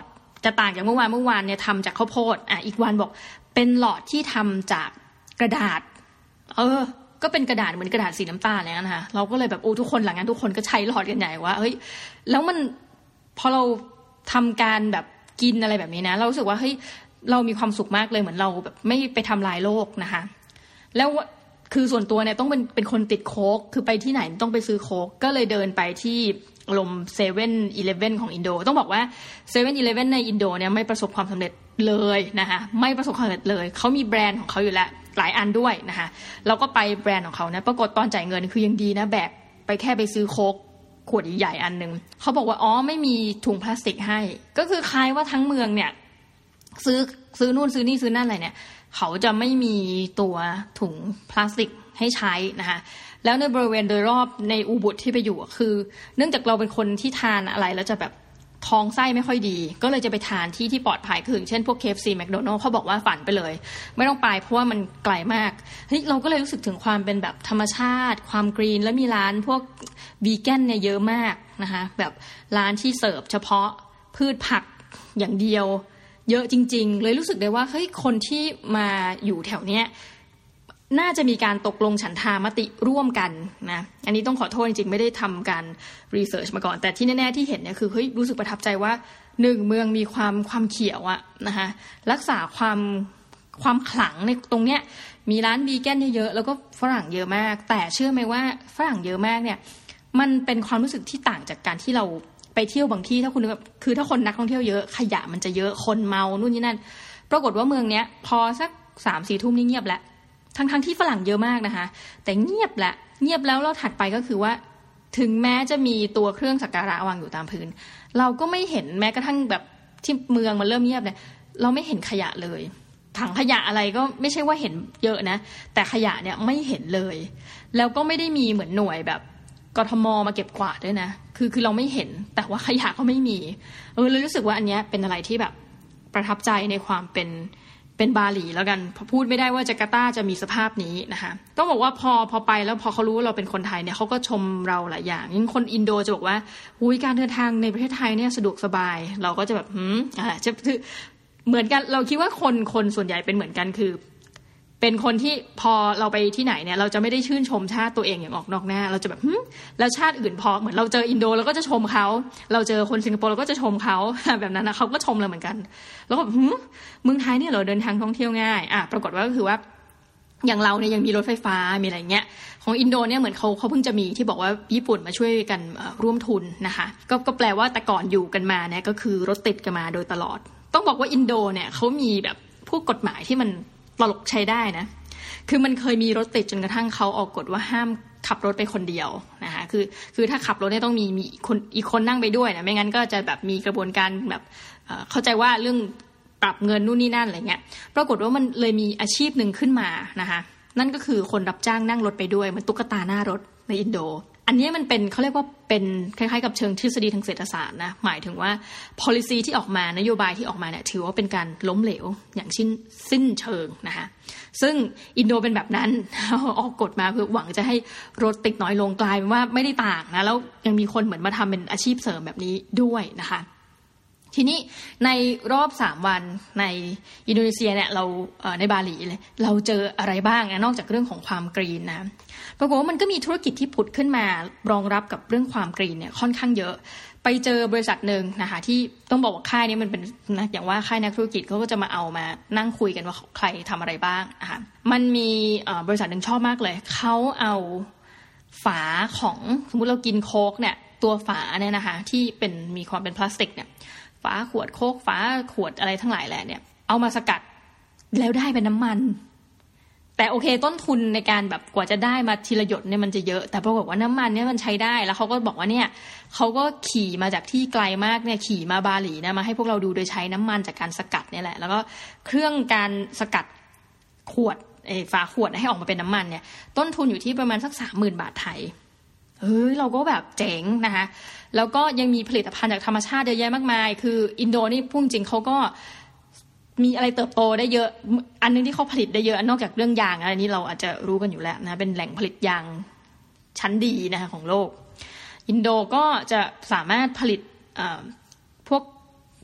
จะต่างจากเมื่อวานเนี่ยทำจากข้าวโพดอีกวันบอกเป็นหลอดที่ทำจากกระดาษก็เป็นกระดาษเหมือนกระดาษสีน้ำตาลเลยนะคะเราก็เลยแบบทุกคนหลังนั้นทุกคนก็ใช้หลอดกันใหญ่ว่าเฮ้ยแล้วมันพอเราทำการแบบกินอะไรแบบนี้นะเรารู้สึกว่าเฮ้ยเรามีความสุขมากเลยเหมือนเราแบบไม่ไปทำลายโลกนะคะแล้วคือส่วนตัวเนี่ยต้องเป็นคนติดโค้กคือไปที่ไหนต้องไปซื้อโค้กก็เลยเดินไปที่ลม7-Eleven ของอินโดต้องบอกว่า 7-Eleven ในอินโดเนี่ยไม่ประสบความสำเร็จเลยนะคะไม่ประสบความสำเร็จเลยเขามีแบรนด์ของเขาอยู่แล้วหลายอันด้วยนะคะเราก็ไปแบรนด์ของเขานะปรากฏตอนจ่ายเงินคือยังดีนะแบกไปแค่ไปซื้อโค้กขวดใหญ่ๆอันนึงเขาบอกว่าไม่มีถุงพลาสติกให้ก็คือคล้ายว่าทั้งเมืองเนี่ยซื้อนู่นซื้อนี่ซื้อนั่นอะไรเนี่ยเขาจะไม่มีตัวถุงพลาสติกให้ใช้นะคะแล้วในบริเวณโดยรอบในอูบุตที่ไปอยู่คือเนื่องจากเราเป็นคนที่ทานอะไรแล้วจะแบบท้องไส้ไม่ค่อยดีก็เลยจะไปทานที่ปลอดภัยคือเช่นพวก KFC McDonald's เขาบอกว่าฝันไปเลยไม่ต้องไปเพราะว่ามันไกลมากเฮ้ยเราก็เลยรู้สึกถึงความเป็นแบบธรรมชาติความกรีนและมีร้านพวกวีแกนเนี่ยเยอะมากนะคะแบบร้านที่เสิร์ฟเฉพาะพืชผักอย่างเดียวเยอะจริงๆเลยรู้สึกได้ว่าเฮ้ยคนที่มาอยู่แถวเนี้ยน่าจะมีการตกลงฉันทามติร่วมกันนะอันนี้ต้องขอโทษจริงๆไม่ได้ทำการรีเสิร์ชมาก่อนแต่ที่แน่ๆที่เห็นเนี่ยคือเฮ้ยรู้สึกประทับใจว่า1เมืองมีความเขียวอะนะคะรักษาความขลังในตรงเนี้ยมีร้านวีแกนเยอะๆแล้วก็ฝรั่งเยอะมากแต่เชื่อไหมว่าฝรั่งเยอะมากเนี่ยมันเป็นความรู้สึกที่ต่างจากการที่เราไปเที่ยวบางที่ถ้าคุณแบบคือถ้าคนนักท่องเที่ยวเยอะขยะมันจะเยอะคนเมานู่นนี่นั่นปรากฏว่าเมืองเนี้ยพอสัก 3-4 ทุ่มนี่เงียบแล้วทั้งที่ฝรั่งเยอะมากนะคะแต่เงียบแล้วเราถัดไปก็คือว่าถึงแม้จะมีตัวเครื่องสักการะวางอยู่ตามพื้นเราก็ไม่เห็นแม้กระทั่งแบบที่เมืองมันเริ่มเงียบเนี่ยเราไม่เห็นขยะเลยถังขยะอะไรก็ไม่ใช่ว่าเห็นเยอะนะแต่ขยะเนี่ยไม่เห็นเลยแล้วก็ไม่ได้มีเหมือนหน่วยแบบกทมมาเก็บกวาดด้วยนะคือเราไม่เห็นแต่ว่าขยะก็ไม่มีเลยรู้สึกว่าอันเนี้ยเป็นอะไรที่แบบประทับใจในความเป็นบาหลีแล้วกันพูดไม่ได้ว่าจาการ์ตาจะมีสภาพนี้นะคะต้องบอกว่าพอไปแล้วพอเขารู้ว่าเราเป็นคนไทยเนี่ยเขาก็ชมเราหลายอย่างยิ่งคนอินโดจะบอกว่าการเดินทางในประเทศไทยเนี่ยสะดวกสบายเราก็จะแบบจะเหมือนกันเราคิดว่าคนส่วนใหญ่เป็นเหมือนกันคือเป็นคนที่พอเราไปที่ไหนเนี่ยเราจะไม่ได้ชื่นชมชาติตัวเองอย่างออกนอกหน้าเราจะแบบแล้วชาติอื่นพอเหมือนเราเจออินโดเราก็จะชมเขาเราเจอคนสิงคโปร์เราก็จะชมเขาแบบนั้นนะเขาก็ชมเราเหมือนกันแล้วก็เมืองไทยเนี่ยเราเดินทางท่องเที่ยวง่ายปรากฏว่าก็คือว่าอย่างเราเนี่ยยังมีรถไฟฟ้ามีอะไรเงี้ยของอินโดเนี่ยเหมือนเขาเพิ่งจะมีที่บอกว่าญี่ปุ่นมาช่วยกันร่วมทุนนะคะก็แปลว่าแต่ก่อนอยู่กันมาเนี่ยก็คือรถติดกันมาโดยตลอดต้องบอกว่าอินโดเนี่ยเขามีแบบพวกกฎหมายที่มันตลกใช้ได้นะคือมันเคยมีรถติดจนกระทั่งเขาออกกฎว่าห้ามขับรถไปคนเดียวนะคะคือถ้าขับรถเนี่ยต้องมีอีกคนนั่งไปด้วยนะไม่งั้นก็จะแบบมีกระบวนการแบบเข้าใจว่าเรื่องปรับเงินนู่นนี่นั่นอะไรเงี้ยปรากฏว่ามันเลยมีอาชีพหนึ่งขึ้นมานะคะนั่นก็คือคนรับจ้างนั่งรถไปด้วยเหมือนตุ๊กตาหน้ารถในอินโดอันนี้มันเป็นเขาเรียกว่าเป็นคล้ายๆกับเชิงทฤษฎีทางเศรษฐศาสตร์นะหมายถึงว่า policy ที่ออกมานโยบายที่ออกมาเนี่ยถือว่าเป็นการล้มเหลวอย่างสิ้นเชิงนะคะซึ่งอินโดเป็นแบบนั้นออกกฎมาเพื่อหวังจะให้รถติดน้อยลงกลายเป็นว่าไม่ได้ต่างนะแล้วยังมีคนเหมือนมาทำเป็นอาชีพเสริมแบบนี้ด้วยนะคะทีนี้ในรอบ3วันในอินโดนีเซียเนี่ยเราในบาหลีเลยเราเจออะไรบ้างนะนอกจากเรื่องของความกรีนนะปรากฏว่ามันก็มีธุรกิจที่ผุดขึ้นมารองรับกับเรื่องความกรีนเนี่ยค่อนข้างเยอะไปเจอบริษัทหนึ่งนะคะที่ต้องบอกว่าค่ายนี้มันเป็นนะอย่างว่าค่ายนักธุรกิจเขาก็จะมาเอามานั่งคุยกันว่าใครทำอะไรบ้างนะคะมันมีบริษัทหนึ่งชอบมากเลยเขาเอาฝาของสมมุติเรากินโค้กเนี่ยตัวฝาเนี่ยนะคะที่เป็นมีความเป็นพลาสติกเนี่ยฝาขวดโค้กฝาขวดอะไรทั้งหลายแหละเนี่ยเอามาสกัดแล้วได้เป็นน้ำมันแต่โอเคต้นทุนในการแบบกว่าจะได้มาทีละหยดเนี่ยมันจะเยอะแต่ปรากฏว่าน้ำมันเนี่ยมันใช้ได้แล้วเขาก็บอกว่าเนี่ยเขาก็ขี่มาจากที่ไกลมากเนี่ยขี่มาบาหลีนะมาให้พวกเราดูโดยใช้น้ำมันจากการสกัดเนี่ยแหละแล้วก็เครื่องการสกัดขวดฝาขวดให้ออกมาเป็นน้ำมันเนี่ยต้นทุนอยู่ที่ประมาณสัก 30,000 บาทไทยเราก็แบบเจ๋งนะคะแล้วก็ยังมีผลิตภัณฑ์จากธรรมชาติเยอะแยะมากมายคืออินโดนี่พูดจริงเขาก็มีอะไรเติบโตได้เยอะอันนึงที่เขาผลิตได้เยอะนอกจากเรื่องยางอะไรนี้เราอาจจะรู้กันอยู่แล้วนะเป็นแหล่งผลิตยางชั้นดีนะคะของโลกอินโดก็จะสามารถผลิตพวก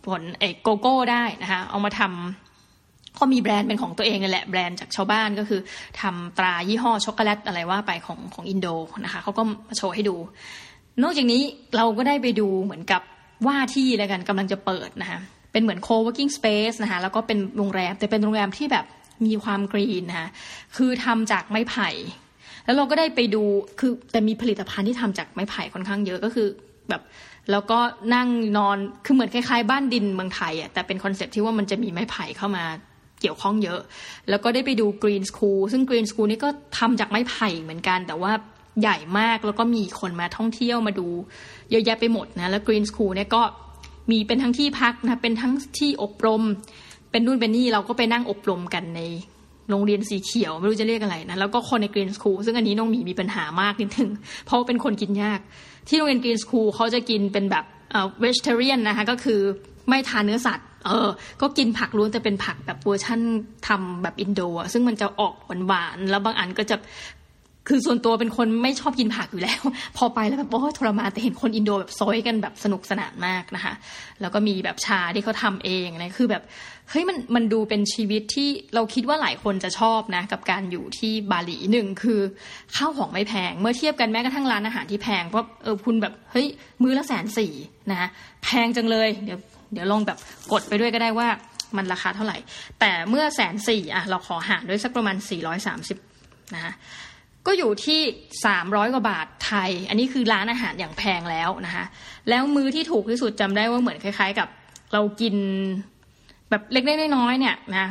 ผลโกโก้ได้นะคะเอามาทำเขามีแบรนด์เป็นของตัวเองนั่นแหละแบรนด์จากชาวบ้านก็คือทำตรายี่ห้อช็อกโกแลตอะไรว่าไปของอินโดนะคะเขาก็มาโชว์ให้ดูนอกจากนี้เราก็ได้ไปดูเหมือนกับว่าที่แล้วกันกำลังจะเปิดนะคะเป็นเหมือน co-working space นะคะแล้วก็เป็นโรงแรมแต่เป็นโรงแรมที่แบบมีความกรีนนะคะคือทำจากไม้ไผ่แล้วเราก็ได้ไปดูคือแต่มีผลิตภัณฑ์ที่ทำจากไม้ไผ่ค่อนข้างเยอะก็คือแบบแล้วก็นั่งนอนคือเหมือนคล้ายๆบ้านดินเมืองไทยอ่ะแต่เป็นคอนเซ็ปต์ที่ว่ามันจะมีไม้ไผ่เข้ามาเกี่ยวข้องเยอะแล้วก็ได้ไปดู Green School ซึ่ง Green School นี่ก็ทำจากไม้ไผ่เหมือนกันแต่ว่าใหญ่มากแล้วก็มีคนมาท่องเที่ยวมาดูเยอะแยะไปหมดนะแล้ว Green School เนี่ยก็มีเป็นทั้งที่พักนะเป็นทั้งที่อบรมเป็นนู่นเป็นนี่เราก็ไปนั่งอบรมกันในโรงเรียนสีเขียวไม่รู้จะเรียกอะไรนะแล้วก็คนใน Green School ซึ่งอันนี้น้องมีปัญหามากนิดนึงเพราะเป็นคนกินยากที่โรงเรียน Green School เขาจะกินเป็นแบบvegetarian นะคะก็คือไม่ทานเนื้อสัตว์ก็กินผักล้วนแต่เป็นผักแบบเวอร์ชั่นทำแบบอินโดซึ่งมันจะออกหวานๆแล้วบางอันก็จะคือส่วนตัวเป็นคนไม่ชอบกินผักอยู่แล้วพอไปแล้วแบบโอ้ทรมานแต่เห็นคนอินโดแบบซอยกันแบบสนุกสนานมากนะคะแล้วก็มีแบบชาที่เขาทำเองนะคือแบบเฮ้ยมันดูเป็นชีวิตที่เราคิดว่าหลายคนจะชอบนะกับการอยู่ที่บาหลีหนึ่งคือข้าวของไม่แพงเมื่อเทียบกันแม้กระทั่งร้านอาหารที่แพงเพราะคุณแบบเฮ้ยมื้อละ140,000นะแพงจังเลยเดี๋ยวลองแบบกดไปด้วยก็ได้ว่ามันราคาเท่าไหร่แต่เมื่อ140,000เราขอหารด้วยสักประมาณ430นะคะก็อยู่ที่300กว่าบาทไทยอันนี้คือร้านอาหารอย่างแพงแล้วนะคะแล้วมื้อที่ถูกที่สุดจำได้ว่าเหมือนคล้ายๆกับเรากินแบบเล็กๆน้อยๆเนี่ยนะ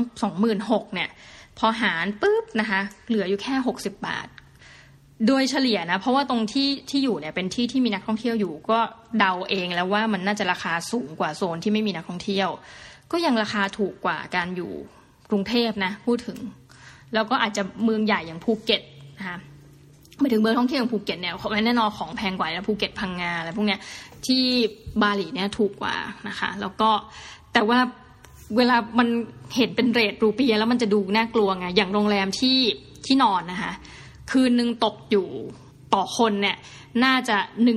26,000เนี่ยพอหารปุ๊บนะคะเหลืออยู่แค่60บาทโดยเฉลี่ยนะเพราะว่าตรงที่อยู่เนี่ยเป็นที่ที่มีนักท่องเที่ยวอยู่ก็เดาเองแล้วว่ามันน่าจะราคาสูงกว่าโซนที่ไม่มีนักท่องเที่ยวก็ยังราคาถูกกว่าการอยู่กรุงเทพนะพูดถึงแล้วก็อาจจะเมืองใหญ่อย่างภูเก็ตนะคะไปถึงเมืองท่องเที่ยวอย่างภูเก็ตเนี่ยแน่นอนของแพงกว่าแล้วภูเก็ตพังงาอะไรพวกเนี้ยที่บาหลีเนี่ยถูกกว่านะคะแล้วก็แต่ว่าเวลามันเห็นเป็นเรทรูเปียแล้วมันจะดูน่ากลัวไงอย่างโรงแรมที่นอนนะคะคืนนึงตกอยู่ต่อคนเนี่ยน่าจะ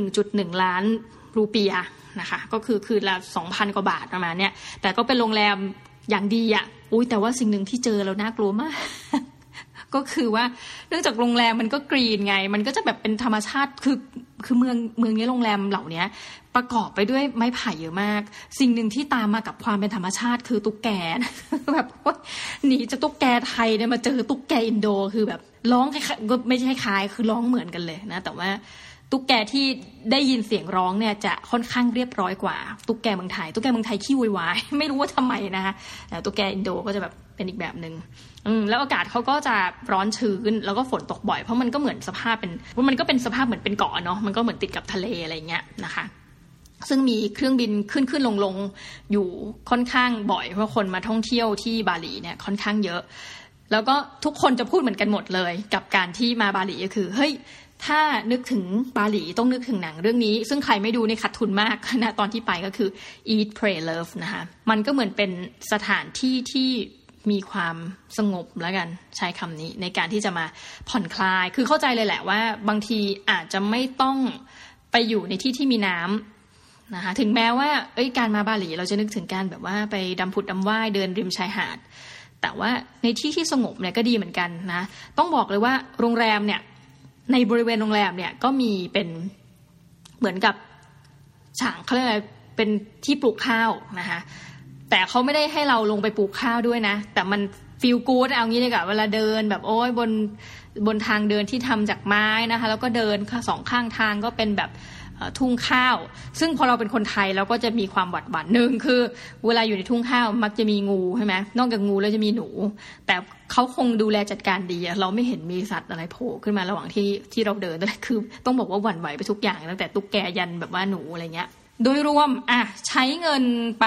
1.1 ล้านรูเปียนะคะก็คือคืนละ 2,000 กว่าบาทประมาณเนี้ยแต่ก็เป็นโรงแรมอย่างดีอ่ะแต่ว่าสิ่งหนึ่งที่เจอแล้วน่ากลัวมาก ก็คือว่าเนื่องจากโรงแรมมันก็กรีนไงมันก็จะแบบเป็นธรรมชาติคือเมืองนี้โรงแรมเหล่านี้ประกอบไปด้วยไม้ไผ่เยอะมากสิ่งหนึ่งที่ตามมากับความเป็นธรรมชาติคือตุ๊กแกแบบหนีจากตุ๊กแกไทยเนี่ยมาเจอตุ๊กแกอินโดคือแบบร้องก็ไม่ใช่คล้ายคือร้องเหมือนกันเลยนะแต่ว่าตุ๊กแกที่ได้ยินเสียงร้องเนี่ยจะค่อนข้างเรียบร้อยกว่าตุ๊กแกเมืองไทยขี้วุ่นวายไม่รู้ว่าทำไมนะคะแต่ตุ๊กแกอินโดก็จะแบบเป็นอีกแบบนึงแล้วอากาศเขาก็จะร้อนชื้นแล้วก็ฝนตกบ่อยเพราะมันก็เหมือนสภาพมันก็เป็นสภาพเหมือนเป็นเกาะเนาะมันก็เหมือนติดกับทะเลอะไรเงี้ยนะคะซึ่งมีเครื่องบินขึ้นลงอยู่ค่อนข้างบ่อยเพราะคนมาท่องเที่ยวที่บาหลีเนี่ยค่อนข้างเยอะแล้วก็ทุกคนจะพูดเหมือนกันหมดเลยกับการที่มาบาหลีก็คือเฮ้ยถ้านึกถึงบาหลีต้องนึกถึงหนังเรื่องนี้ซึ่งใครไม่ดูนี่ขาดทุนมากนะตอนที่ไปก็คือ Eat Pray Love นะคะมันก็เหมือนเป็นสถานที่ที่มีความสงบแล้วกันใช้คำนี้ในการที่จะมาผ่อนคลายคือเข้าใจเลยแหละว่าบางทีอาจจะไม่ต้องไปอยู่ในที่ที่มีน้ำนะคะถึงแม้ว่าการมาบาหลีเราจะนึกถึงการแบบว่าไปดำผุดดำว่ายเดินริมชายหาดแต่ว่าในที่ที่สงบเนี่ยก็ดีเหมือนกันนะต้องบอกเลยว่าโรงแรมเนี่ยในบริเวณโรงแรมเนี่ยก็มีเป็นเหมือนกับฉางเขาเรียกอะไรเป็นที่ปลูกข้าวนะคะแต่เขาไม่ได้ให้เราลงไปปลูกข้าวด้วยนะแต่มันฟีลกู๊ดเอางี้เลยค่ะเวลาเดินแบบบนทางเดินที่ทำจากไม้นะคะแล้วก็เดินสองข้างทางก็เป็นแบบทุ่งข้าวซึ่งพอเราเป็นคนไทยเราก็จะมีความหวาดหวั่นหนึ่งคือเวลาอยู่ในทุ่งข้าวมักจะมีงูใช่ไหมนอกจากงูแล้วจะมีหนูแต่เขาคงดูแลจัดการดีเราไม่เห็นมีสัตว์อะไรโผล่ขึ้นมาระหว่างที่เราเดินแต่คือต้องบอกว่าหวั่นไหวไปทุกอย่างตั้งแต่ตุ๊กแกยันแบบว่าหนูอะไรเงี้ยโดยรวมใช้เงินไป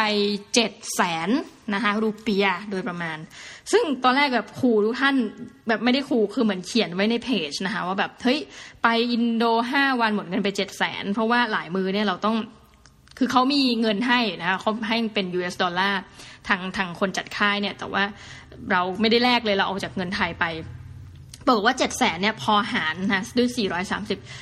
700,000นะคะรูเปียโดยประมาณซึ่งตอนแรกแบบขู่ทุกท่านแบบไม่ได้ขู่คือเหมือนเขียนไว้ในเพจนะคะว่าแบบเฮ้ยไปอินโด5 วันหมดเงินไป700,000เพราะว่าหลายมือเนี่ยเราต้องคือเขามีเงินให้นะคะเขาให้เป็น US ดอลลาร์ทางคนจัดค่ายเนี่ยแต่ว่าเราไม่ได้แลกเลยเราเอาจากเงินไทยไปบอกว่า700,000เนี่ยพอหารนะด้วย430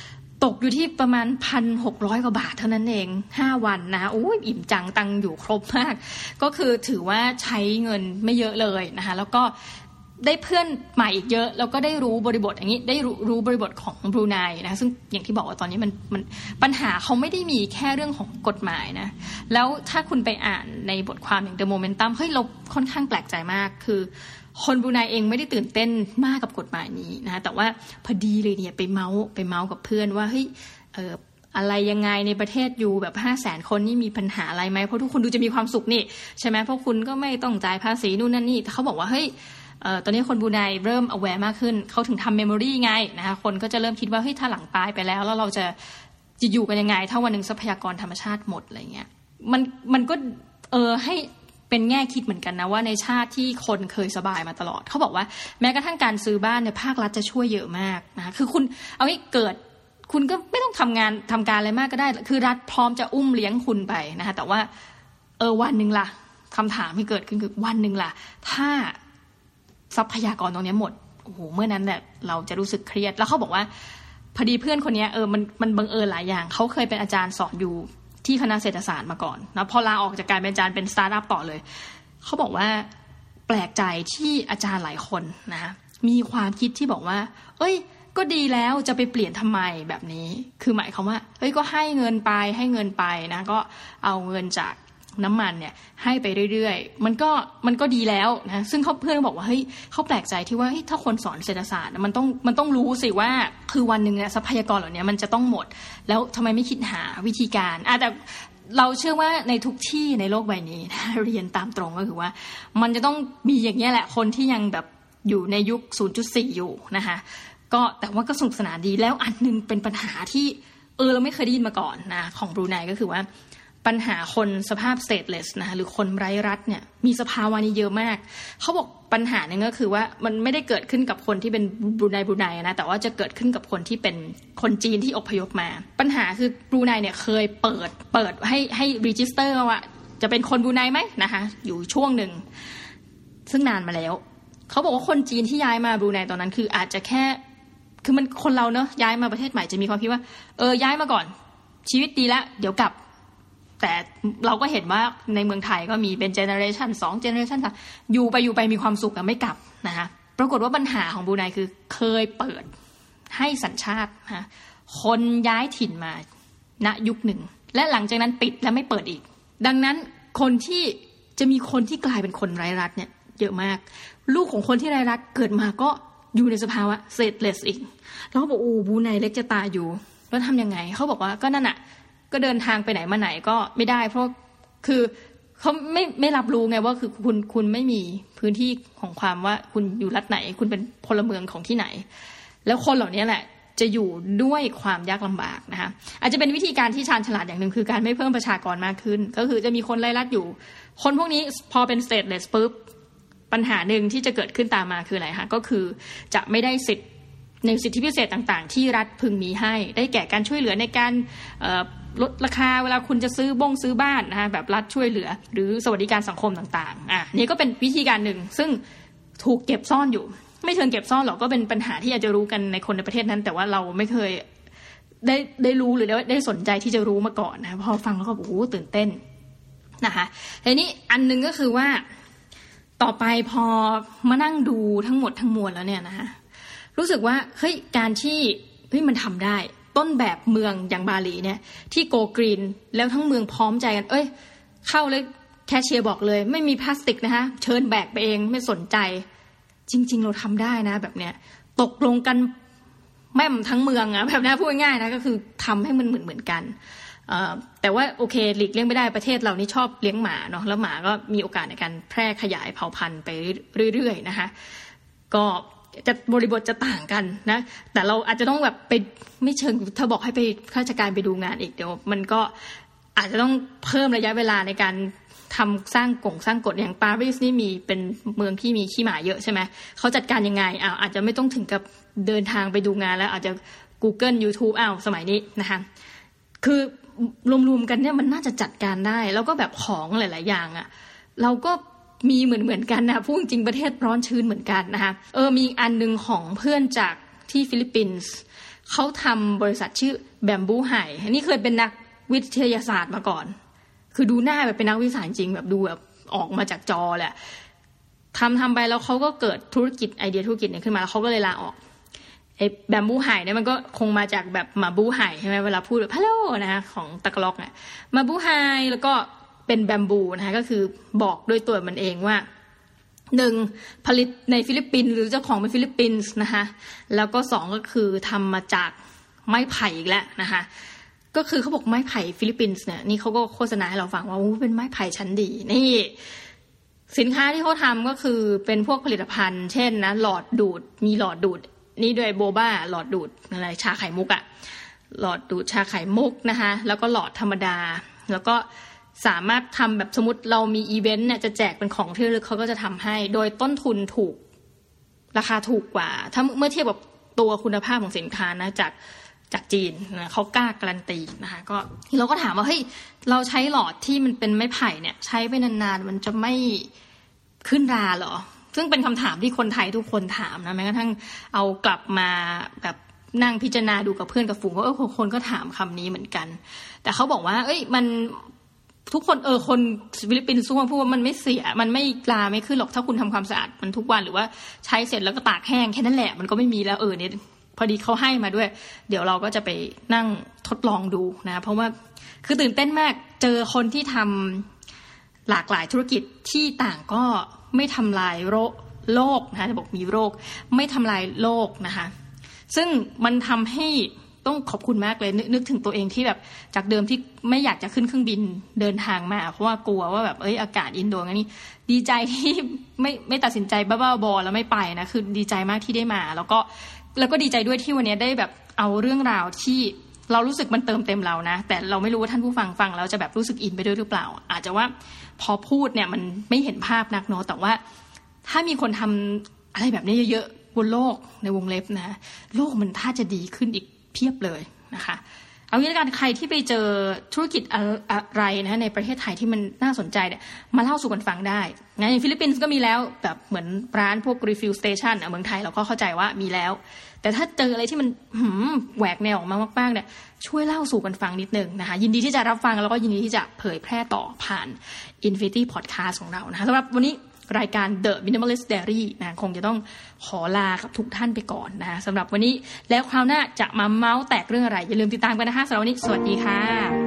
ตกอยู่ที่ประมาณ 1,600 กว่าบาทเท่านั้นเอง5วันนะคะโอ้ยอิ่มจังตังอยู่ครบมากก็คือถือว่าใช้เงินไม่เยอะเลยนะคะแล้วก็ได้เพื่อนใหม่อีกเยอะแล้วก็ได้รู้บริบทอย่างนี้ได้รู้บริบทของบรูไนนะซึ่งอย่างที่บอกว่าตอนนี้มันปัญหาเขาไม่ได้มีแค่เรื่องของกฎหมายนะแล้วถ้าคุณไปอ่านในบทความอย่าง The Momentum เฮ้ยเราค่อนข้างแปลกใจมากคือคนบรูไนเองไม่ได้ตื่นเต้นมากกับกฎหมายนี้นะแต่ว่าพอดีเลยเนี่ยไปเมาส์กับเพื่อนว่าเฮ้ยอะไรยังไงในประเทศอยู่แบบ 500,000 คนนี่มีปัญหาอะไรไหมเพราะทุกคนดูจะมีความสุขนี่ใช่ไหมเพราะคุณก็ไม่ต้องจ่ายภาษีนู่นนั่นนี่แต่เขาบอกว่าเฮ้ยตอนนี้คนบรูไนเริ่ม aware มากขึ้นเขาถึงทำ memory ไงนะคะคนก็จะเริ่มคิดว่าเฮ้ยถ้าหลังตายไปแล้วเราจะอยู่กันยังไงถ้าวันหนึ่งทรัพยากรธรรมชาติหมดอะไรเงี้ยมันก็ให้เป็นแง่คิดเหมือนกันนะว่าในชาติที่คนเคยสบายมาตลอดเขาบอกว่าแม้กระทั่งการซื้อบ้านเนี่ยภาครัฐจะช่วยเยอะมากนะคือคุณเอาให้เกิดคุณก็ไม่ต้องทำการอะไรมากก็ได้คือรัฐพร้อมจะอุ้มเลี้ยงคุณไปนะคะแต่ว่าวันนึงล่ะคำถามที่เกิดขึ้นคือวันนึงล่ะถ้าทรัพยากรตรงนี้หมดโอ้โหเมื่อนั้นแหละเราจะรู้สึกเครียดแล้วเขาบอกว่าพอดีเพื่อนคนนี้มันบังเอิญหลายอย่างเขาเคยเป็นอาจารย์สอนอยู่ที่คณะเศรษฐศาสตร์มาก่อนนะพอลาออกจากการเป็นอาจารย์เป็นสตาร์ทอัพต่อเลยเขาบอกว่าแปลกใจที่อาจารย์หลายคนนะมีความคิดที่บอกว่าก็ดีแล้วจะไปเปลี่ยนทำไมแบบนี้คือหมายความว่าก็ให้เงินไปนะก็เอาเงินจากน้ำมันเนี่ยให้ไปเรื่อยๆมันก็ดีแล้วนะซึ่งเพื่อนบอกว่าเฮ้ยเขาแปลกใจที่ว่าถ้าคนสอนเศรษฐศาสตร์มันต้องรู้สิว่าคือวันนึงเนี่ยทรัพยากรเหล่านี้มันจะต้องหมดแล้วทำไมไม่คิดหาวิธีการแต่เราเชื่อว่าในทุกที่ในโลกใบนี้นะเรียนตามตรงก็คือว่ามันจะต้องมีอย่างนี้แหละคนที่ยังแบบอยู่ในยุค 0.4 อยู่นะคะก็แต่ว่าก็สนุกสนานดีแล้วอันนึงเป็นปัญหาที่เราไม่เคยได้ยินมาก่อนนะของบรูไนก็คือว่าปัญหาคนสภาพ stateless นะคะหรือคนไร้รัฐเนี่ยมีสภาวะนี้เยอะมากเขาบอกปัญหานึงก็คือว่ามันไม่ได้เกิดขึ้นกับคนที่เป็นบรูไนนะแต่ว่าจะเกิดขึ้นกับคนที่เป็นคนจีนที่อพยพมาปัญหาคือบรูไนเนี่ยเคยเปิดให้รีจิสเตอร์ว่าจะเป็นคนบรูไนไหมนะคะอยู่ช่วงหนึ่งซึ่งนานมาแล้วเขาบอกว่าคนจีนที่ย้ายมาบรูไนตอนนั้นคืออาจจะแค่คือมันคนเราเนอะย้ายมาประเทศใหม่จะมีความคิดว่าย้ายมาก่อนชีวิตดีแล้วเดี๋ยวกลับแต่เราก็เห็นว่าในเมืองไทยก็มีเป็นเจเนอเรชัน2เจเนอเรชัน3อยู่ไปมีความสุขไม่กลับนะคะปรากฏว่าปัญหาของบรูไนคือเคยเปิดให้สัญชาตินะคนย้ายถิ่นมาณยุคหนึ่งและหลังจากนั้นปิดและไม่เปิดอีกดังนั้นคนที่จะมีคนที่กลายเป็นคนไร้รัฐเนี่ยเยอะมากลูกของคนที่ไร้รัฐเกิดมาก็อยู่ในสภาวะ stateless อีกแล้วเขาบอกบรูไนเล็กจะตายอยู่แล้วทำยังไงเขาบอกว่าก็นั่นน่ะก็เดินทางไปไหนมาไหนก็ไม่ได้เพราะคือเขาไม่รับรู้ไงว่าคือคุณไม่มีพื้นที่ของความว่าคุณอยู่รัฐไหนคุณเป็นพลเมืองของที่ไหนแล้วคนเหล่านี้แหละจะอยู่ด้วยความยากลำบากนะคะอาจจะเป็นวิธีการที่ชาญฉลาดอย่างหนึ่งคือการไม่เพิ่มประชากรมากขึ้นก็คือจะมีคนไร้รัฐอยู่คนพวกนี้พอเป็น stateless ปุ๊บปัญหาหนึ่งที่จะเกิดขึ้นตามมาคืออะไรคะก็คือจะไม่ได้สิทธิในสิทธิพิเศษต่างๆที่รัฐพึงมีให้ได้แก่การช่วยเหลือในการลดราคาเวลาคุณจะซื้อบ้านนะคะแบบรัฐช่วยเหลือหรือสวัสดิการสังคมต่างๆนี่ก็เป็นวิธีการหนึ่งซึ่งถูกเก็บซ่อนอยู่ไม่เชิงเก็บซ่อนหรอกก็เป็นปัญหาที่อาจจะรู้กันในคนในประเทศนั้นแต่ว่าเราไม่เคยได้รู้หรือได้สนใจที่จะรู้มาก่อนนะพอฟังแล้วก็ตื่นเต้นนะคะทีนี้อันนึงก็คือว่าต่อไปพอมานั่งดูทั้งหมดทั้งมวลแล้วเนี่ยนะคะรู้สึกว่าเฮ้ยการที่มันทำได้ต้นแบบเมืองอย่างบาหลีเนี่ยที่โกกรีนแล้วทั้งเมืองพร้อมใจกันเข้าเลยแคชเชียร์บอกเลยไม่มีพลาสติกนะคะเชิญแบกไปเองไม่สนใจจริงๆเราทำได้นะแบบเนี้ยตกลงกันแม่มทั้งเมืองอะแบบนี้พูดง่ายๆนะก็คือทำให้มันเหมือนกันแต่ว่าโอเคหลีกเลี่ยงไม่ได้ประเทศเรานี่ชอบเลี้ยงหมาเนาะแล้วหมาก็มีโอกาสในการแพร่ขยายเผ่าพันธุ์ไปเรื่อยๆนะคะก็จะบริบทจะต่างกันนะแต่เราอาจจะต้องแบบไปไม่เชิงถ้าบอกให้ไปข้าราชการไปดูงานอีกเดี๋ยวมันก็อาจจะต้องเพิ่มระยะเวลาในการทำสร้างกฎอย่างปารีสนี่มีเป็นเมืองที่มีขี้หมาเยอะใช่ไหมเขาจัดการยังไงอาจจะไม่ต้องถึงกับเดินทางไปดูงานแล้วอาจจะ Google YouTube สมัยนี้นะคะคือรวมๆกันเนี่ยมันน่าจะจัดการได้แล้วก็แบบของหลายๆอย่างเราก็มีเหมือนกันนะพูดจริงประเทศร้อนชื้นเหมือนกันนะคะมีอันนึงของเพื่อนจากที่ฟิลิปปินส์เขาทำบริษัทชื่อแบมบูไฮอันนี้เคยเป็นนักวิทยาศาสตร์มาก่อนคือดูหน้าแบบเป็นนักวิทยาศาสตร์จริงแบบดูแบบออกมาจากจอแหละทำไปแล้วเขาก็เกิดธุรกิจไอเดียธุรกิจเนี่ยขึ้นมาแล้วเขาก็เลยลาออกไอ้แบมบูไฮเนี่ยมันก็คงมาจากแบบมาบูไฮใช่ไหมเวลาพูดแบบฮัลโหลนะคะของตะกล็อกเนี่ยมาบูไฮแล้วก็เป็นแบมบูนะคะก็คือบอกด้วยตัวมันเองว่าหนึ่งผลิตในฟิลิปปินส์หรือเจ้าของเป็นฟิลิปปินส์นะคะแล้วก็สองก็คือทำมาจากไม้ไผ่อีกแล้วนะคะก็คือเขาบอกไม้ไผ่ฟิลิปปินส์เนี่ยนี่เขาก็โฆษณาให้เราฟังว่าเป็นไม้ไผ่ชั้นดีนี่สินค้าที่เขาทำก็คือเป็นพวกผลิตภัณฑ์เช่นนะหลอดดูดมีหลอดดูดนี่ด้วยโบบ้าหลอดดูดอะไรชาไข่มุกอะหลอดดูดชาไข่มุกนะคะแล้วก็หลอดธรรมดาแล้วก็สามารถทำแบบสมมติเรามีอีเวนต์เนี่ยจะแจกเป็นของที่ระลึกเขาก็จะทำให้โดยต้นทุนถูกราคาถูกกว่าถ้าเมื่อเทียบกับตัวคุณภาพของสินค้านะจากจีนนะเขากล้าการันตีนะคะก็เราก็ถามว่าเฮ้ยเราใช้หลอดที่มันเป็นไม้ไผ่เนี่ยใช้ไปนานๆมันจะไม่ขึ้นราเหรอซึ่งเป็นคำถามที่คนไทยทุกคนถามนะแม้กระทั่งเอากลับมาแบบนั่งพิจารณาดูกับเพื่อนกับฝูงก็คนก็ถามคำนี้เหมือนกันแต่เขาบอกว่ามันทุกคนคนฟิลิปปินส์พูดว่ามันไม่เสียมันไม่ราไม่ขึ้นหรอกถ้าคุณทำความสะอาดมันทุกวันหรือว่าใช้เสร็จแล้วก็ตากแห้งแค่นั้นแหละมันก็ไม่มีแล้วเนี่ยพอดีเขาให้มาด้วยเดี๋ยวเราก็จะไปนั่งทดลองดูนะเพราะว่าคือตื่นเต้นมากเจอคนที่ทำหลากหลายธุรกิจที่ต่างก็ไม่ทำลายโลกนะคะจะบอกมีโรคไม่ทำลายโลกนะคะซึ่งมันทำให้ต้องขอบคุณมากเลยนึกถึงตัวเองที่แบบจากเดิมที่ไม่อยากจะขึ้นเครื่องบินเดินทางมาเพราะว่ากลัวว่าแบบอากาศอินโดงั้นนี่ดีใจที่ไม่ตัดสินใจบ้าๆบอแล้วไม่ไปนะคือดีใจมากที่ได้มาแล้วก็ดีใจด้วยที่วันนี้ได้แบบเอาเรื่องราวที่เรารู้สึกมันเติมเต็มเรานะแต่เราไม่รู้ว่าท่านผู้ฟังแล้วจะแบบรู้สึกอินไปด้วยหรือเปล่าอาจจะว่าพอพูดเนี่ยมันไม่เห็นภาพนักเนาะแต่ว่าถ้ามีคนทำอะไรแบบนี้เยอะๆบนโลกในวงเล็บนะโลกมันถ้าจะดีขึ้นอีกเพียบเลยนะคะเอางี้ละกันใครที่ไปเจอธุรกิจอะไรนะในประเทศไทยที่มันน่าสนใจเนี่ยมาเล่าสู่กันฟังได้นะในฟิลิปปินส์ก็มีแล้วแบบเหมือนร้านพวก refill station เมืองไทยเราก็เข้าใจว่ามีแล้วแต่ถ้าเจออะไรที่มันแหวกแนวออกมามากๆเนี่ยช่วยเล่าสู่กันฟังนิดนึงนะคะยินดีที่จะรับฟังแล้วก็ยินดีที่จะเผยแพร่ต่อผ่าน Infinity Podcast ของเรานะคะสำหรับวันนี้รายการ The Minimalist Diary นะคงจะต้องขอลากับทุกท่านไปก่อนนะสำหรับวันนี้แล้วคราวหน้าจะมาเมาส์แตกเรื่องอะไรอย่าลืมติดตามกันนะคะสำหรับวันนี้สวัสดีค่ะ